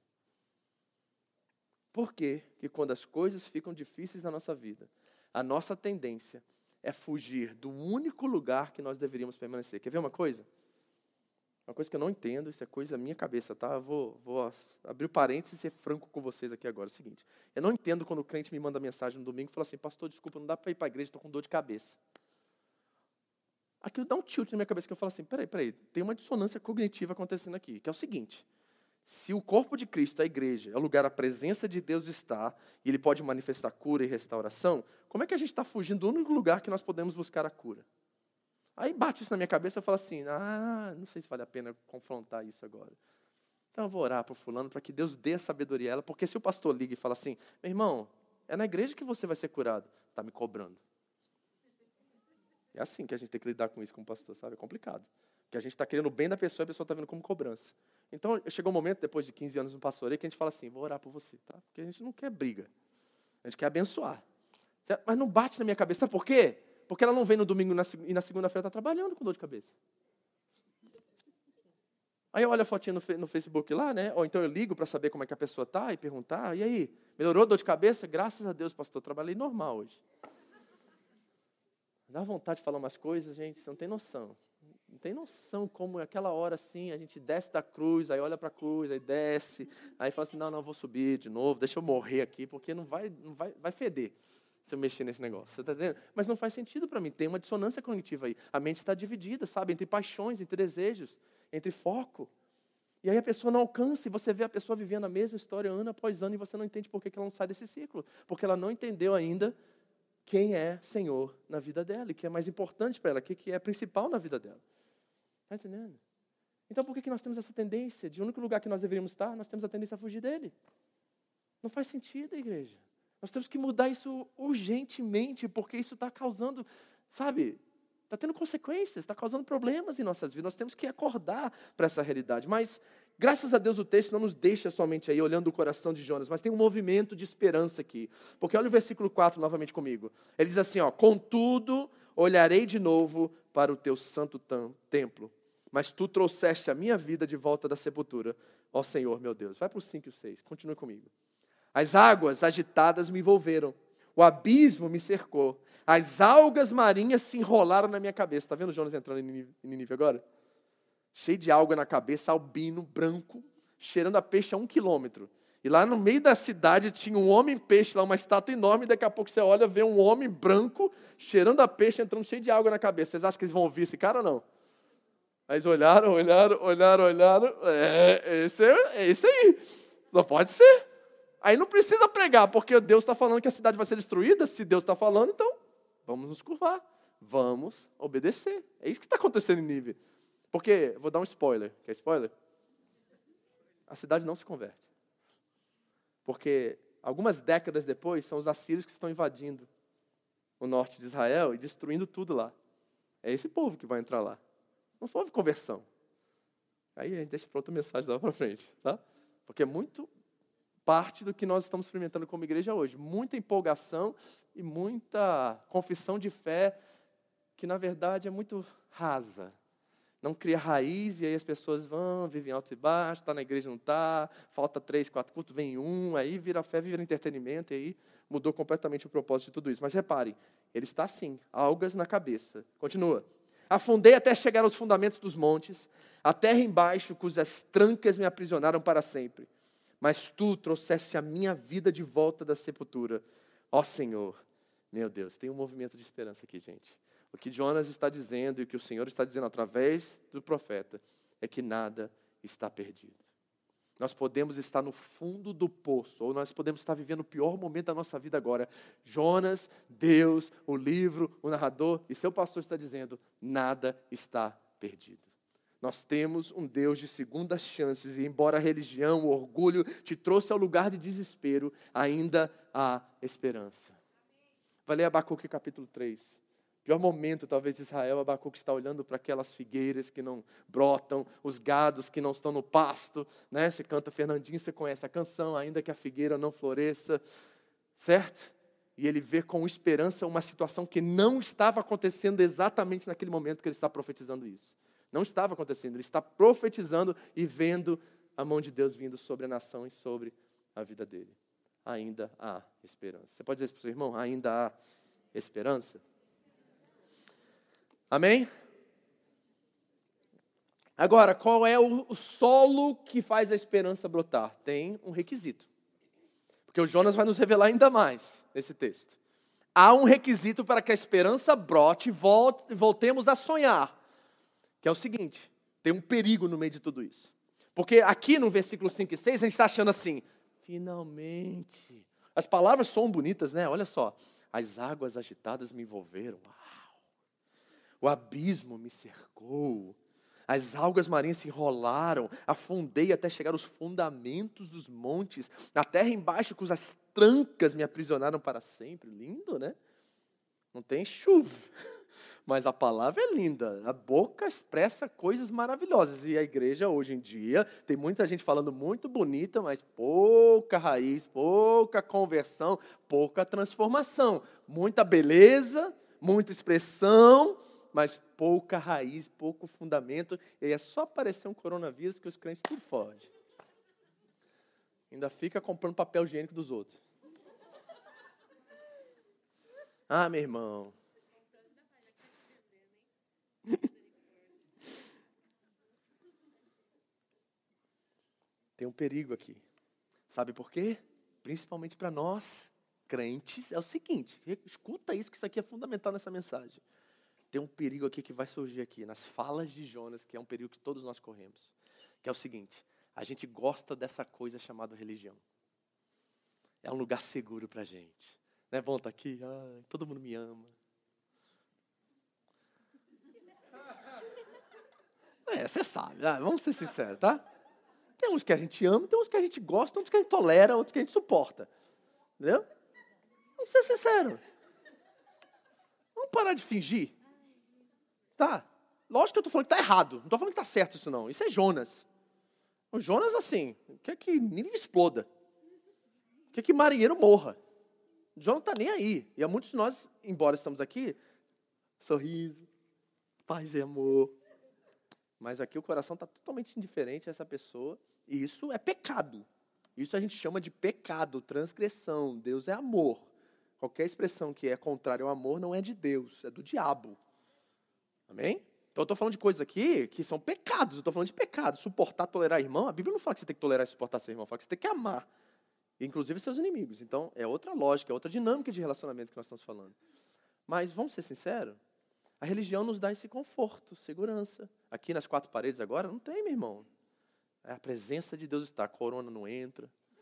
Por que quando as coisas ficam difíceis na nossa vida, a nossa tendência é fugir do único lugar que nós deveríamos permanecer? Quer ver uma coisa? Uma coisa que eu não entendo, isso é coisa da minha cabeça, tá? Eu vou abrir o parênteses e ser franco com vocês aqui agora. É o seguinte, eu não entendo quando o crente me manda mensagem no domingo e fala assim, pastor, desculpa, não dá para ir para a igreja, estou com dor de cabeça. Aquilo dá um tilt na minha cabeça, que eu falo assim, peraí, tem uma dissonância cognitiva acontecendo aqui, que é o seguinte, se o corpo de Cristo, a igreja, é o lugar a presença de Deus está, e Ele pode manifestar cura e restauração, como é que a gente está fugindo do único lugar que nós podemos buscar a cura? Aí bate isso na minha cabeça e eu falo assim, não sei se vale a pena confrontar isso agora. Então eu vou orar para o fulano para que Deus dê a sabedoria a ela, porque se o pastor liga e fala assim, meu irmão, é na igreja que você vai ser curado, está me cobrando. É assim que a gente tem que lidar com isso como pastor, sabe? É complicado. Porque a gente está querendo o bem da pessoa e a pessoa está vendo como cobrança. Então chegou um momento, depois de 15 anos no pastoreio, que a gente fala assim, vou orar por você, tá? Porque a gente não quer briga, a gente quer abençoar. Mas não bate na minha cabeça, sabe por quê? Porque ela não vem no domingo e na segunda-feira está trabalhando com dor de cabeça. Aí eu olho a fotinha no Facebook lá, né? Ou então eu ligo para saber como é que a pessoa está e perguntar, e aí, melhorou a dor de cabeça? Graças a Deus, pastor, trabalhei normal hoje. Dá vontade de falar umas coisas, gente, você não tem noção. Não tem noção como aquela hora assim, a gente desce da cruz, aí olha para a cruz, aí desce, aí fala assim, não, vou subir de novo, deixa eu morrer aqui, porque vai feder se eu mexer nesse negócio. Você está entendendo? Mas não faz sentido para mim, tem uma dissonância cognitiva aí. A mente está dividida, sabe, entre paixões, entre desejos, entre foco. E aí a pessoa não alcança, e você vê a pessoa vivendo a mesma história ano após ano, e você não entende por que ela não sai desse ciclo. Porque ela não entendeu ainda quem é Senhor na vida dela, e que é mais importante para ela, o que é principal na vida dela. Está entendendo? Então por que nós temos essa tendência? De único lugar que nós deveríamos estar, nós temos a tendência a fugir dele. Não faz sentido, igreja. Nós temos que mudar isso urgentemente, porque isso está causando, sabe, está tendo consequências, está causando problemas em nossas vidas. Nós temos que acordar para essa realidade. Mas, graças a Deus, o texto não nos deixa somente aí olhando o coração de Jonas, mas tem um movimento de esperança aqui. Porque olha o versículo 4 novamente comigo. Ele diz assim, contudo, olharei de novo para o teu santo templo, mas tu trouxeste a minha vida de volta da sepultura, ó Senhor, meu Deus. Vai para o 5 e o 6, continue comigo. As águas agitadas me envolveram, o abismo me cercou, as algas marinhas se enrolaram na minha cabeça. Está vendo Jonas entrando em Nínive agora? Cheio de alga na cabeça, albino, branco, cheirando a peixe a 1 quilômetro. E lá no meio da cidade tinha um homem-peixe, lá uma estátua enorme, e daqui a pouco você olha, vê um homem branco, cheirando a peixe, entrando cheio de água na cabeça. Vocês acham que eles vão ouvir esse cara ou não? Aí eles olharam, é esse aí, só pode ser. Aí não precisa pregar, porque Deus está falando que a cidade vai ser destruída. Se Deus está falando, então vamos nos curvar. vamos obedecer. É isso que está acontecendo em Nínive. Porque, vou dar um spoiler. Quer spoiler? A cidade não se converte. Porque algumas décadas depois, são os assírios que estão invadindo o norte de Israel e destruindo tudo lá. É esse povo que vai entrar lá. Não houve conversão. Aí a gente deixa para outra mensagem lá para frente. Tá? Porque é muito parte do que nós estamos experimentando como igreja hoje. Muita empolgação e muita confissão de fé que, na verdade, é muito rasa. Não cria raiz, e aí as pessoas vivem alto e baixo, está na igreja, não está, falta 3, 4 cultos, vem um, aí vira fé, vira entretenimento, e aí mudou completamente o propósito de tudo isso. Mas reparem, ele está assim, algas na cabeça. Continua. Afundei até chegar aos fundamentos dos montes, a terra embaixo, cujas trancas me aprisionaram para sempre. Mas tu trouxeste a minha vida de volta da sepultura. Ó Senhor, meu Deus, tem um movimento de esperança aqui, gente. O que Jonas está dizendo e o que o Senhor está dizendo através do profeta é que nada está perdido. Nós podemos estar no fundo do poço, ou nós podemos estar vivendo o pior momento da nossa vida agora. Jonas, Deus, o livro, o narrador e seu pastor está dizendo, nada está perdido. Nós temos um Deus de segundas chances e embora a religião, o orgulho te trouxe ao lugar de desespero, ainda há esperança. Vai ler Abacuque capítulo 3. Pior momento, talvez, de Israel, Abacuque está olhando para aquelas figueiras que não brotam, os gados que não estão no pasto, né? Você canta Fernandinho, você conhece a canção, ainda que a figueira não floresça, certo? E ele vê com esperança uma situação que não estava acontecendo exatamente naquele momento que ele está profetizando isso. Não estava acontecendo, ele está profetizando e vendo a mão de Deus vindo sobre a nação e sobre a vida dele. Ainda há esperança. Você pode dizer isso para o seu irmão? Ainda há esperança? Amém? Agora, qual é o solo que faz a esperança brotar? Tem um requisito. Porque o Jonas vai nos revelar ainda mais nesse texto. Há um requisito para que a esperança brote e voltemos a sonhar. Que é o seguinte, tem um perigo no meio de tudo isso. Porque aqui no versículo 5 e 6, a gente está achando assim, finalmente. As palavras são bonitas, né? Olha só. As águas agitadas me envolveram. Uau. O abismo me cercou. As algas marinhas se enrolaram. Afundei até chegar aos fundamentos dos montes. A terra embaixo, cujas trancas me aprisionaram para sempre. Lindo, né? Não tem chuva. Mas a palavra é linda, a boca expressa coisas maravilhosas. E a igreja hoje em dia, tem muita gente falando muito bonita, mas pouca raiz, pouca conversão, pouca transformação. Muita beleza, muita expressão, mas pouca raiz, pouco fundamento. E aí é só aparecer um coronavírus que os crentes tudo fogem. Ainda fica comprando papel higiênico dos outros. Ah, meu irmão. Tem um perigo aqui. Sabe por quê? Principalmente para nós, crentes, é o seguinte, escuta isso, que isso aqui é fundamental nessa mensagem. Tem um perigo aqui que vai surgir aqui, nas falas de Jonas, que é um perigo que todos nós corremos. Que é o seguinte, a gente gosta dessa coisa chamada religião. É um lugar seguro para a gente. Não é bom estar aqui? Ai, todo mundo me ama. Você sabe, vamos ser sinceros, tá? Tem uns que a gente ama, tem uns que a gente gosta, uns que a gente tolera, outros que a gente suporta. Entendeu? Vamos ser sinceros. Vamos parar de fingir. Tá? Lógico que eu estou falando que está errado. Não estou falando que está certo isso não. Isso é Jonas. O Jonas, assim, quer que Nínive exploda. Quer que marinheiro morra. O Jonas não está nem aí. E há muitos de nós, embora estamos aqui, sorriso, paz e amor. Mas aqui o coração está totalmente indiferente a essa pessoa. E isso é pecado. Isso a gente chama de pecado, transgressão. Deus é amor. Qualquer expressão que é contrária ao amor não é de Deus, é do diabo. Amém? Então eu estou falando de coisas aqui que são pecados. Eu estou falando de pecado. Suportar, tolerar irmão. A Bíblia não fala que você tem que tolerar e suportar seu irmão. Fala que você tem que amar. Inclusive seus inimigos. Então é outra lógica, é outra dinâmica de relacionamento que nós estamos falando. Mas vamos ser sinceros? A religião nos dá esse conforto, segurança. Aqui nas quatro paredes agora, não tem, meu irmão. A presença de Deus está, a corona não entra,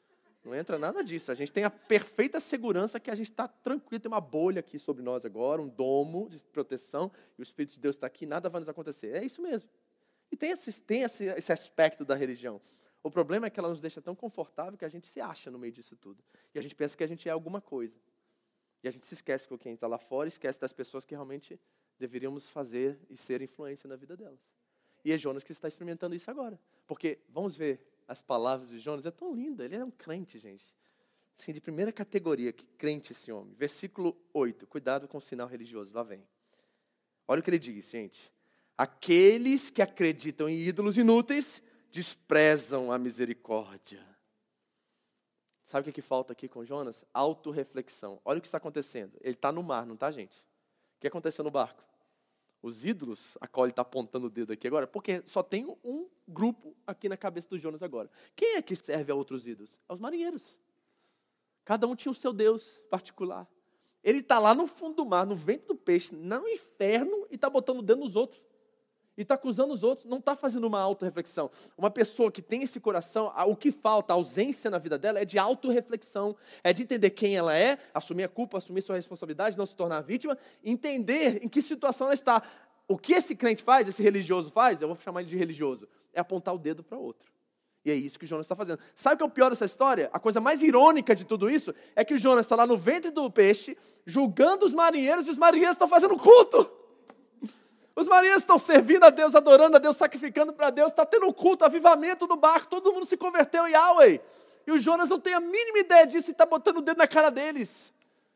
Não entra nada disso. A gente tem a perfeita segurança que a gente está tranquilo, tem uma bolha aqui sobre nós agora, um domo de proteção, e o Espírito de Deus está aqui, nada vai nos acontecer. É isso mesmo. E tem esse aspecto da religião. O problema é que ela nos deixa tão confortável que a gente se acha no meio disso tudo. E a gente pensa que a gente é alguma coisa. E a gente se esquece com quem está lá fora, esquece das pessoas que realmente deveríamos fazer e ser influência na vida delas. E é Jonas que está experimentando isso agora. Porque, vamos ver, as palavras de Jonas, é tão lindo. Ele é um crente, gente. Assim, de primeira categoria, que crente esse homem. Versículo 8, cuidado com o sinal religioso, lá vem. Olha o que ele diz, gente. Aqueles que acreditam em ídolos inúteis desprezam a misericórdia. Sabe o que falta aqui com Jonas? Autorreflexão. Olha o que está acontecendo. Ele está no mar, não está, gente? O que aconteceu no barco? Os ídolos, a qual ele está apontando o dedo aqui agora, porque só tem um grupo aqui na cabeça do Jonas agora. Quem é que serve a outros ídolos? Aos marinheiros. Cada um tinha o seu Deus particular. Ele está lá no fundo do mar, no ventre do peixe, no inferno, e está botando o dedo nos outros. E está acusando os outros, não está fazendo uma autorreflexão. Uma pessoa que tem esse coração, o que falta, a ausência na vida dela, é de autorreflexão. É de entender quem ela é, assumir a culpa, assumir sua responsabilidade, não se tornar vítima, entender em que situação ela está. O que esse crente faz, esse religioso faz, eu vou chamar ele de religioso, é apontar o dedo para o outro. E é isso que o Jonas está fazendo. Sabe o que é o pior dessa história? A coisa mais irônica de tudo isso é que o Jonas está lá no ventre do peixe, julgando os marinheiros, e os marinheiros estão fazendo culto. Os marinheiros estão servindo a Deus, adorando a Deus, sacrificando para Deus, está tendo um culto, avivamento no barco, todo mundo se converteu em Yahweh. E o Jonas não tem a mínima ideia disso e está botando o dedo na cara deles.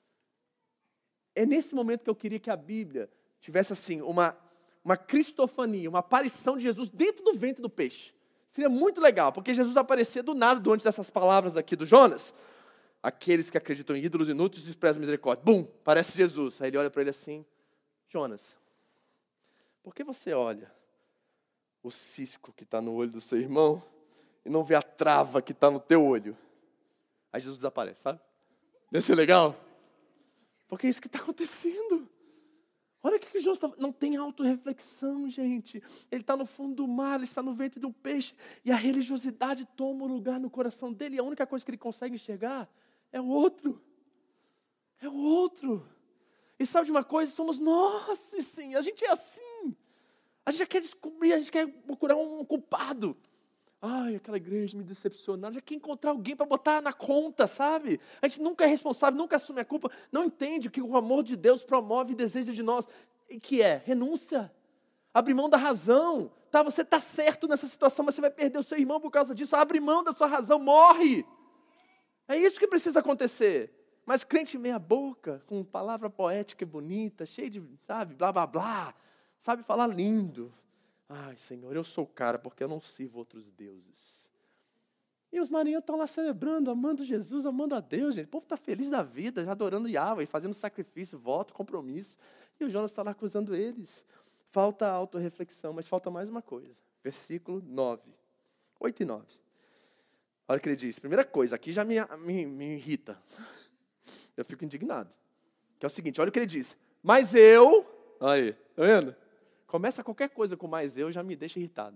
É nesse momento que eu queria que a Bíblia tivesse assim, uma cristofania, uma aparição de Jesus dentro do ventre do peixe. Seria muito legal, porque Jesus aparecia do nada, antes dessas palavras aqui do Jonas. Aqueles que acreditam em ídolos inúteis desprezam a misericórdia. Bum, parece Jesus. Aí ele olha para ele assim, Jonas, por que você olha o cisco que está no olho do seu irmão e não vê a trava que está no teu olho? Aí Jesus desaparece, sabe? Deve ser legal? Porque é isso que está acontecendo. Olha o que o Jonas está... Não tem autorreflexão, gente. Ele está no fundo do mar, ele está no ventre de um peixe. E a religiosidade toma o lugar no coração dele. E a única coisa que ele consegue enxergar é o outro. É o outro. E sabe de uma coisa? Somos nós, sim. A gente é assim. A gente já quer descobrir, a gente quer procurar um culpado. Ai, aquela igreja me decepcionou. Já quer encontrar alguém para botar na conta, sabe? A gente nunca é responsável, nunca assume a culpa. Não entende que o amor de Deus promove e deseja de nós. E que é renúncia. Abre mão da razão. Tá, você está certo nessa situação, mas você vai perder o seu irmão por causa disso. Abre mão da sua razão, morre. É isso que precisa acontecer. Mas crente meia boca, com palavra poética e bonita, cheio de, sabe, blá, blá, blá. Sabe falar lindo. Ai, Senhor, eu sou o cara porque eu não sirvo outros deuses. E os marinheiros estão lá celebrando, amando Jesus, amando a Deus, gente. O povo está feliz da vida, já adorando Yahweh, fazendo sacrifício, voto, compromisso. E o Jonas está lá acusando eles. Falta autorreflexão, mas falta mais uma coisa. Versículo 9. 8 e 9. Olha o que ele diz. Primeira coisa, aqui já me irrita. Eu fico indignado. Que é o seguinte, olha o que ele diz. Mas eu... Aí, tá vendo? Começa qualquer coisa com mais eu, já me deixa irritado.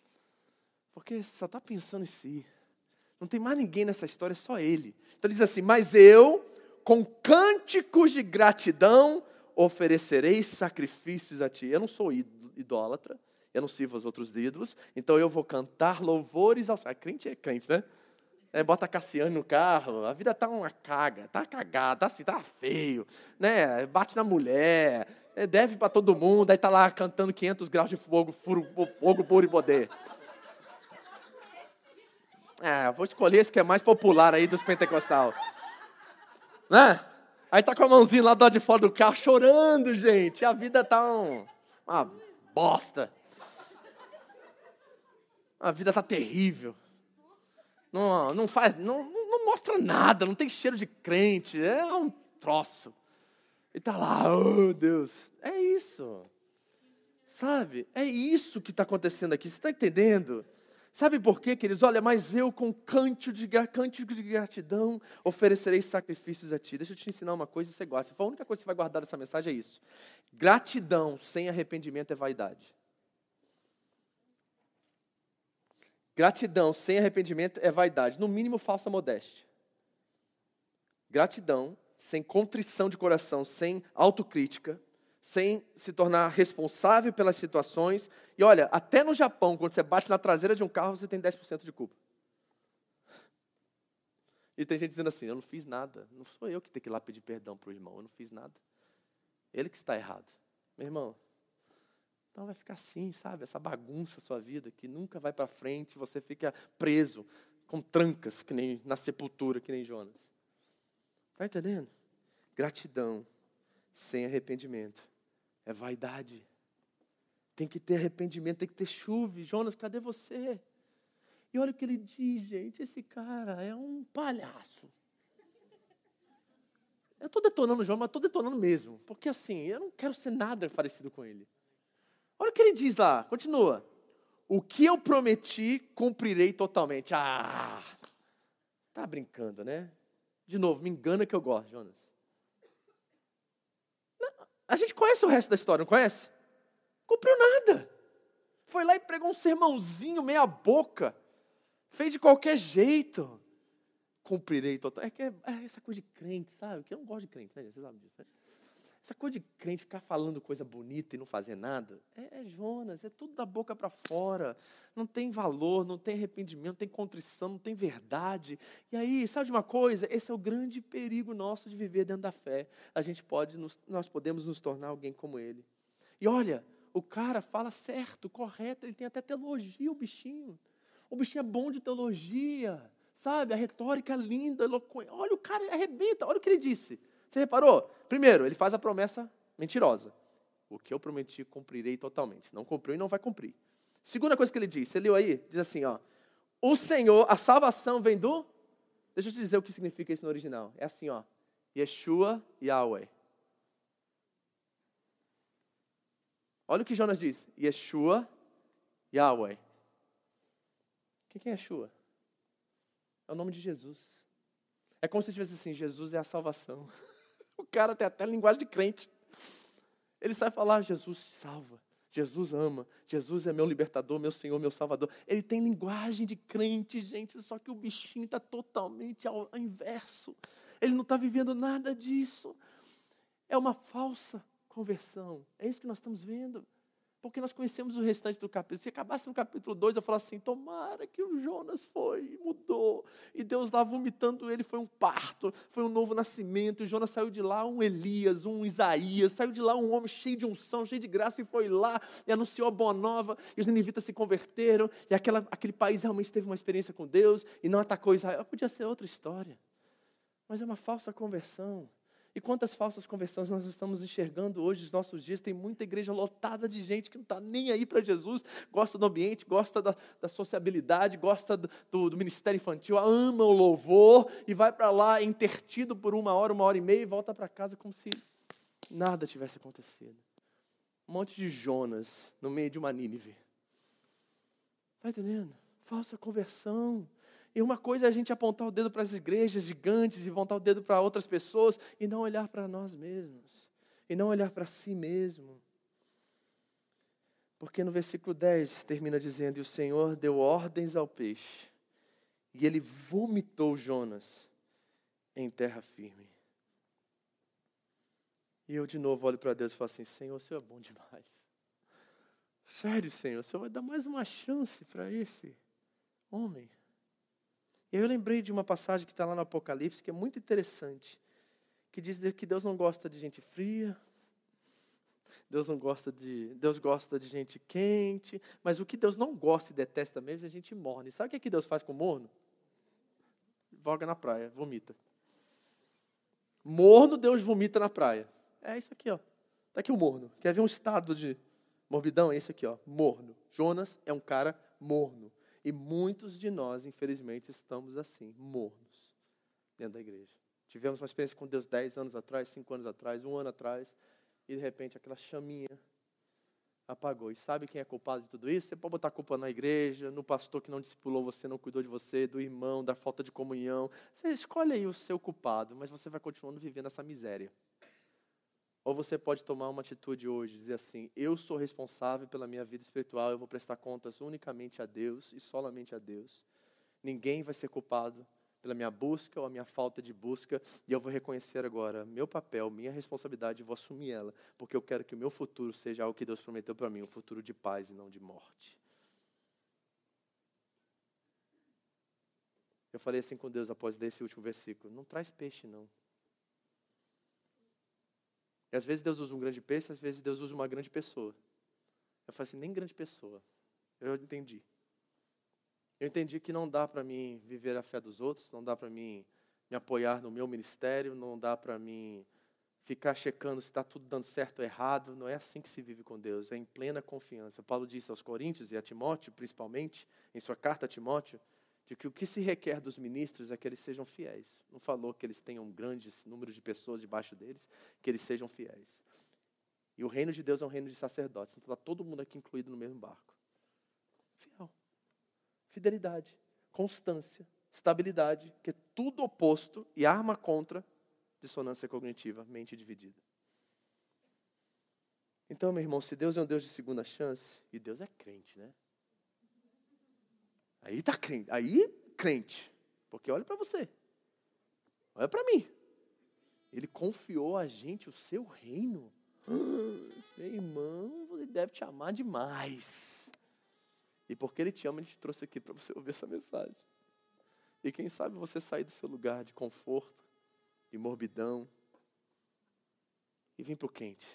Porque só está pensando em si. Não tem mais ninguém nessa história, é só ele. Então ele diz assim, mas eu, com cânticos de gratidão, oferecerei sacrifícios a ti. Eu não sou idólatra, eu não sirvo aos outros ídolos, então eu vou cantar louvores ao... Crente é crente, né? Bota Cassiano no carro, a vida tá uma caga, tá cagada, tá assim, tá feio, né? Bate na mulher, deve para todo mundo, aí tá lá cantando 500 graus de fogo, fogo puro e poder. Vou escolher esse que é mais popular aí dos pentecostal. Né? Aí tá com a mãozinha lá do lado de fora do carro, chorando, gente. A vida tá uma bosta. A vida tá terrível. Não mostra nada, não tem cheiro de crente, é um troço. E tá lá, oh Deus, é isso. Sabe, é isso que está acontecendo aqui, você está entendendo? Sabe por quê, queridos? Olha, mas eu com cântico de gratidão oferecerei sacrifícios a ti. Deixa eu te ensinar uma coisa e você guarda. A única coisa que você vai guardar dessa mensagem é isso. Gratidão sem arrependimento é vaidade. Gratidão sem arrependimento é vaidade. No mínimo, falsa modéstia. Gratidão, sem contrição de coração, sem autocrítica, sem se tornar responsável pelas situações. E olha, até no Japão, quando você bate na traseira de um carro, você tem 10% de culpa. E tem gente dizendo assim, eu não fiz nada. Não sou eu que tenho que ir lá pedir perdão para o irmão. Eu não fiz nada. Ele que está errado. Meu irmão, então vai ficar assim, sabe? Essa bagunça a sua vida, que nunca vai para frente. Você fica preso, com trancas, que nem na sepultura, que nem Jonas. Está entendendo? Gratidão, sem arrependimento. É vaidade. Tem que ter arrependimento, tem que ter chuva. Jonas, cadê você? E olha o que ele diz, gente, esse cara é um palhaço. Eu estou detonando o João, mas estou detonando mesmo. Porque assim, eu não quero ser nada parecido com ele. Olha o que ele diz lá, continua. O que eu prometi, cumprirei totalmente. Ah, tá brincando, né? De novo, me engana que eu gosto, Jonas. Não, a gente conhece o resto da história, não conhece? Cumpriu nada. Foi lá e pregou um sermãozinho meia boca. Fez de qualquer jeito. Cumprirei total. É essa coisa de crente, sabe? Que eu não gosto de crente, né? Você sabe disso, né? Essa coisa de crente ficar falando coisa bonita e não fazer nada. É Jonas, é tudo da boca para fora. Não tem valor, não tem arrependimento, não tem contrição, não tem verdade. E aí, sabe de uma coisa? Esse é o grande perigo nosso de viver dentro da fé. Nós podemos nos tornar alguém como ele. E olha, o cara fala certo, correto, ele tem até teologia, o bichinho. O bichinho é bom de teologia, sabe? A retórica é linda, eloquente. Olha, o cara arrebenta, olha o que ele disse. Você reparou? Primeiro, ele faz a promessa mentirosa. O que eu prometi, cumprirei totalmente. Não cumpriu e não vai cumprir. Segunda coisa que ele diz, você leu aí? Diz assim, ó. O Senhor, a salvação vem do... Deixa eu te dizer o que significa isso no original. É assim, ó. Yeshua Yahweh. Olha o que Jonas diz. Yeshua Yahweh. Quem é Yeshua? É o nome de Jesus. É como se tivesse assim, Jesus é a salvação. O cara tem até linguagem de crente. Ele sai falar, Jesus salva, Jesus ama, Jesus é meu libertador, meu Senhor, meu Salvador. Ele tem linguagem de crente, gente, só que o bichinho está totalmente ao inverso. Ele não está vivendo nada disso. É uma falsa conversão. É isso que nós estamos vendo. Porque nós conhecemos o restante do capítulo. Se acabasse no capítulo 2, eu falasse assim, tomara que o Jonas foi, mudou. E Deus lá vomitando ele, foi um parto, foi um novo nascimento. E Jonas saiu de lá um Elias, um Isaías, saiu de lá um homem cheio de unção, cheio de graça, e foi lá e anunciou a boa nova. E os ninivitas se converteram, e aquele país realmente teve uma experiência com Deus, e não atacou Israel. Podia ser outra história. Mas é uma falsa conversão. E quantas falsas conversões nós estamos enxergando hoje nos nossos dias? Tem muita igreja lotada de gente que não está nem aí para Jesus, gosta do ambiente, gosta da sociabilidade, gosta do ministério infantil, ama o louvor e vai para lá intertido por 1 hora e meia e volta para casa como se nada tivesse acontecido. Um monte de Jonas no meio de uma Nínive. Está entendendo? Falsa conversão. E uma coisa é a gente apontar o dedo para as igrejas gigantes e apontar o dedo para outras pessoas e não olhar para nós mesmos. E não olhar para si mesmo. Porque no versículo 10 termina dizendo, e o Senhor deu ordens ao peixe, e ele vomitou Jonas em terra firme. E eu de novo olho para Deus e falo assim, Senhor, o Senhor é bom demais. Sério, Senhor, o Senhor vai dar mais uma chance para esse homem. E aí eu lembrei de uma passagem que está lá no Apocalipse, que é muito interessante, que diz que Deus não gosta de gente fria, Deus gosta de gente quente, mas o que Deus não gosta e detesta mesmo é gente morna. E sabe o que Deus faz com morno? Joga na praia, vomita. Morno, Deus vomita na praia. É isso aqui, ó. Está aqui o morno. Quer ver um estado de morbidão? É isso aqui, ó. Morno. Jonas é um cara morno. E muitos de nós, infelizmente, estamos assim, mornos, dentro da igreja. Tivemos uma experiência com Deus 10 anos atrás, 5 anos atrás, 1 ano atrás, e de repente aquela chaminha apagou. E sabe quem é culpado de tudo isso? Você pode botar a culpa na igreja, no pastor que não discipulou você, não cuidou de você, do irmão, da falta de comunhão. Você escolhe aí o seu culpado, mas você vai continuando vivendo essa miséria. Ou você pode tomar uma atitude hoje, dizer assim, eu sou responsável pela minha vida espiritual, eu vou prestar contas unicamente a Deus e solamente a Deus. Ninguém vai ser culpado pela minha busca ou a minha falta de busca, e eu vou reconhecer agora meu papel, minha responsabilidade, e vou assumir ela, porque eu quero que o meu futuro seja algo que Deus prometeu para mim, um futuro de paz e não de morte. Eu falei assim com Deus após ler esse último versículo: não traz peixe, não. E às vezes Deus usa um grande peixe, às vezes Deus usa uma grande pessoa. Eu falei assim, nem grande pessoa. Eu entendi. Eu entendi que não dá para mim viver a fé dos outros, não dá para mim me apoiar no meu ministério, não dá para mim ficar checando se está tudo dando certo ou errado. Não é assim que se vive com Deus, é em plena confiança. Paulo disse aos Coríntios e a Timóteo, principalmente, em sua carta a Timóteo, de que o que se requer dos ministros é que eles sejam fiéis. Não falou que eles tenham grandes números de pessoas debaixo deles, que eles sejam fiéis. E o reino de Deus é um reino de sacerdotes, então está todo mundo aqui incluído no mesmo barco. Fiel. Fidelidade, constância, estabilidade, que é tudo oposto e arma contra dissonância cognitiva, mente dividida. Então, meu irmão, se Deus é um Deus de segunda chance, e Deus é crente, né? Aí tá crente, crente, porque olha para você, olha para mim. Ele confiou a gente o seu reino. Meu irmão, ele deve te amar demais. E porque ele te ama, ele te trouxe aqui para você ouvir essa mensagem. E quem sabe você sair do seu lugar de conforto, de morbidão, e vir para o quente.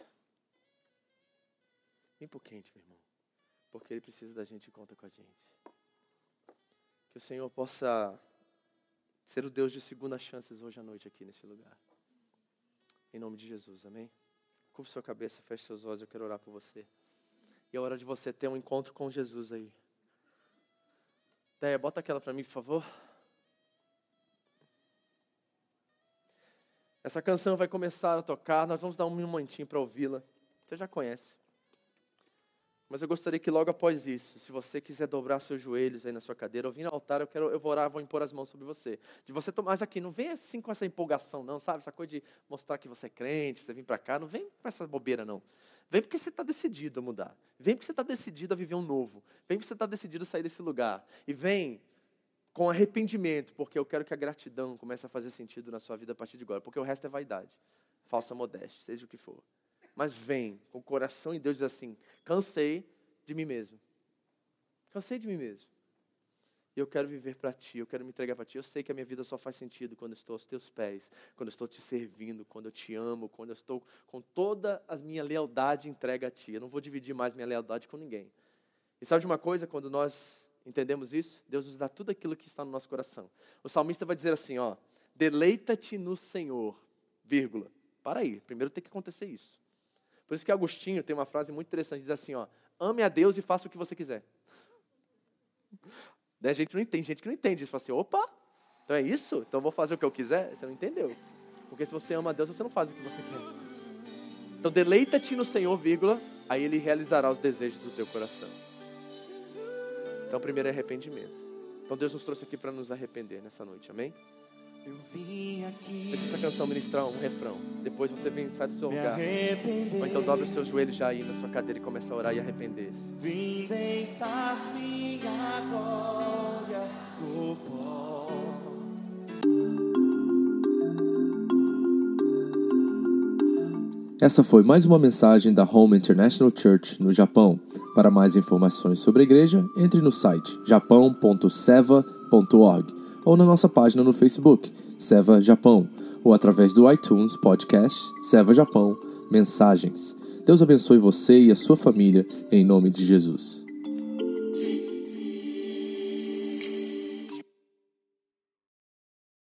Vem para o quente, meu irmão, porque ele precisa da gente e conta com a gente. Que o Senhor possa ser o Deus de segunda chances hoje à noite aqui nesse lugar. Em nome de Jesus, amém? Curva sua cabeça, feche seus olhos, eu quero orar por você. E é hora de você ter um encontro com Jesus aí. Déia, bota aquela para mim, por favor. Essa canção vai começar a tocar, nós vamos dar um momentinho para ouvi-la. Você já conhece. Mas eu gostaria que logo após isso, se você quiser dobrar seus joelhos aí na sua cadeira, ou vir no altar, eu vou orar, vou impor as mãos sobre você. De você tomar, mas aqui, não vem assim com essa empolgação não, sabe? Essa coisa de mostrar que você é crente, você vir para cá, não vem com essa bobeira não. Vem porque você está decidido a mudar. Vem porque você está decidido a viver um novo. Vem porque você está decidido a sair desse lugar. E vem com arrependimento, porque eu quero que a gratidão comece a fazer sentido na sua vida a partir de agora. Porque o resto é vaidade, falsa modéstia, seja o que for. Mas vem com o coração em Deus, diz assim: cansei de mim mesmo. Cansei de mim mesmo. E eu quero viver para Ti, eu quero me entregar para Ti. Eu sei que a minha vida só faz sentido quando eu estou aos Teus pés, quando eu estou Te servindo, quando eu Te amo, quando eu estou com toda a minha lealdade entregue a Ti. Eu não vou dividir mais minha lealdade com ninguém. E sabe de uma coisa? Quando nós entendemos isso, Deus nos dá tudo aquilo que está no nosso coração. O salmista vai dizer assim, ó: deleita-te no Senhor, vírgula. Para aí, primeiro tem que acontecer isso. Por isso que Agostinho tem uma frase muito interessante, diz assim, ó: ame a Deus e faça o que você quiser. Daí a gente não entende, gente que não entende isso. Fala assim, opa, então é isso? Então eu vou fazer o que eu quiser? Você não entendeu. Porque se você ama a Deus, você não faz o que você quer. Então deleita-te no Senhor, vírgula, aí Ele realizará os desejos do teu coração. Então primeiro é arrependimento. Então Deus nos trouxe aqui para nos arrepender nessa noite, amém? Deixa essa canção ministrar um refrão. Depois você vem e sai do seu lugar. Ou então dobra os seus joelhos já aí na sua cadeira e começa a orar e arrepender-se. Vim deitar minha glória no pó. Essa foi mais uma mensagem da Home International Church no Japão. Para mais informações sobre a igreja, entre no site japão.seva.org ou na nossa página no Facebook, Seva Japão, ou através do iTunes Podcast, Seva Japão, Mensagens. Deus abençoe você e a sua família, em nome de Jesus.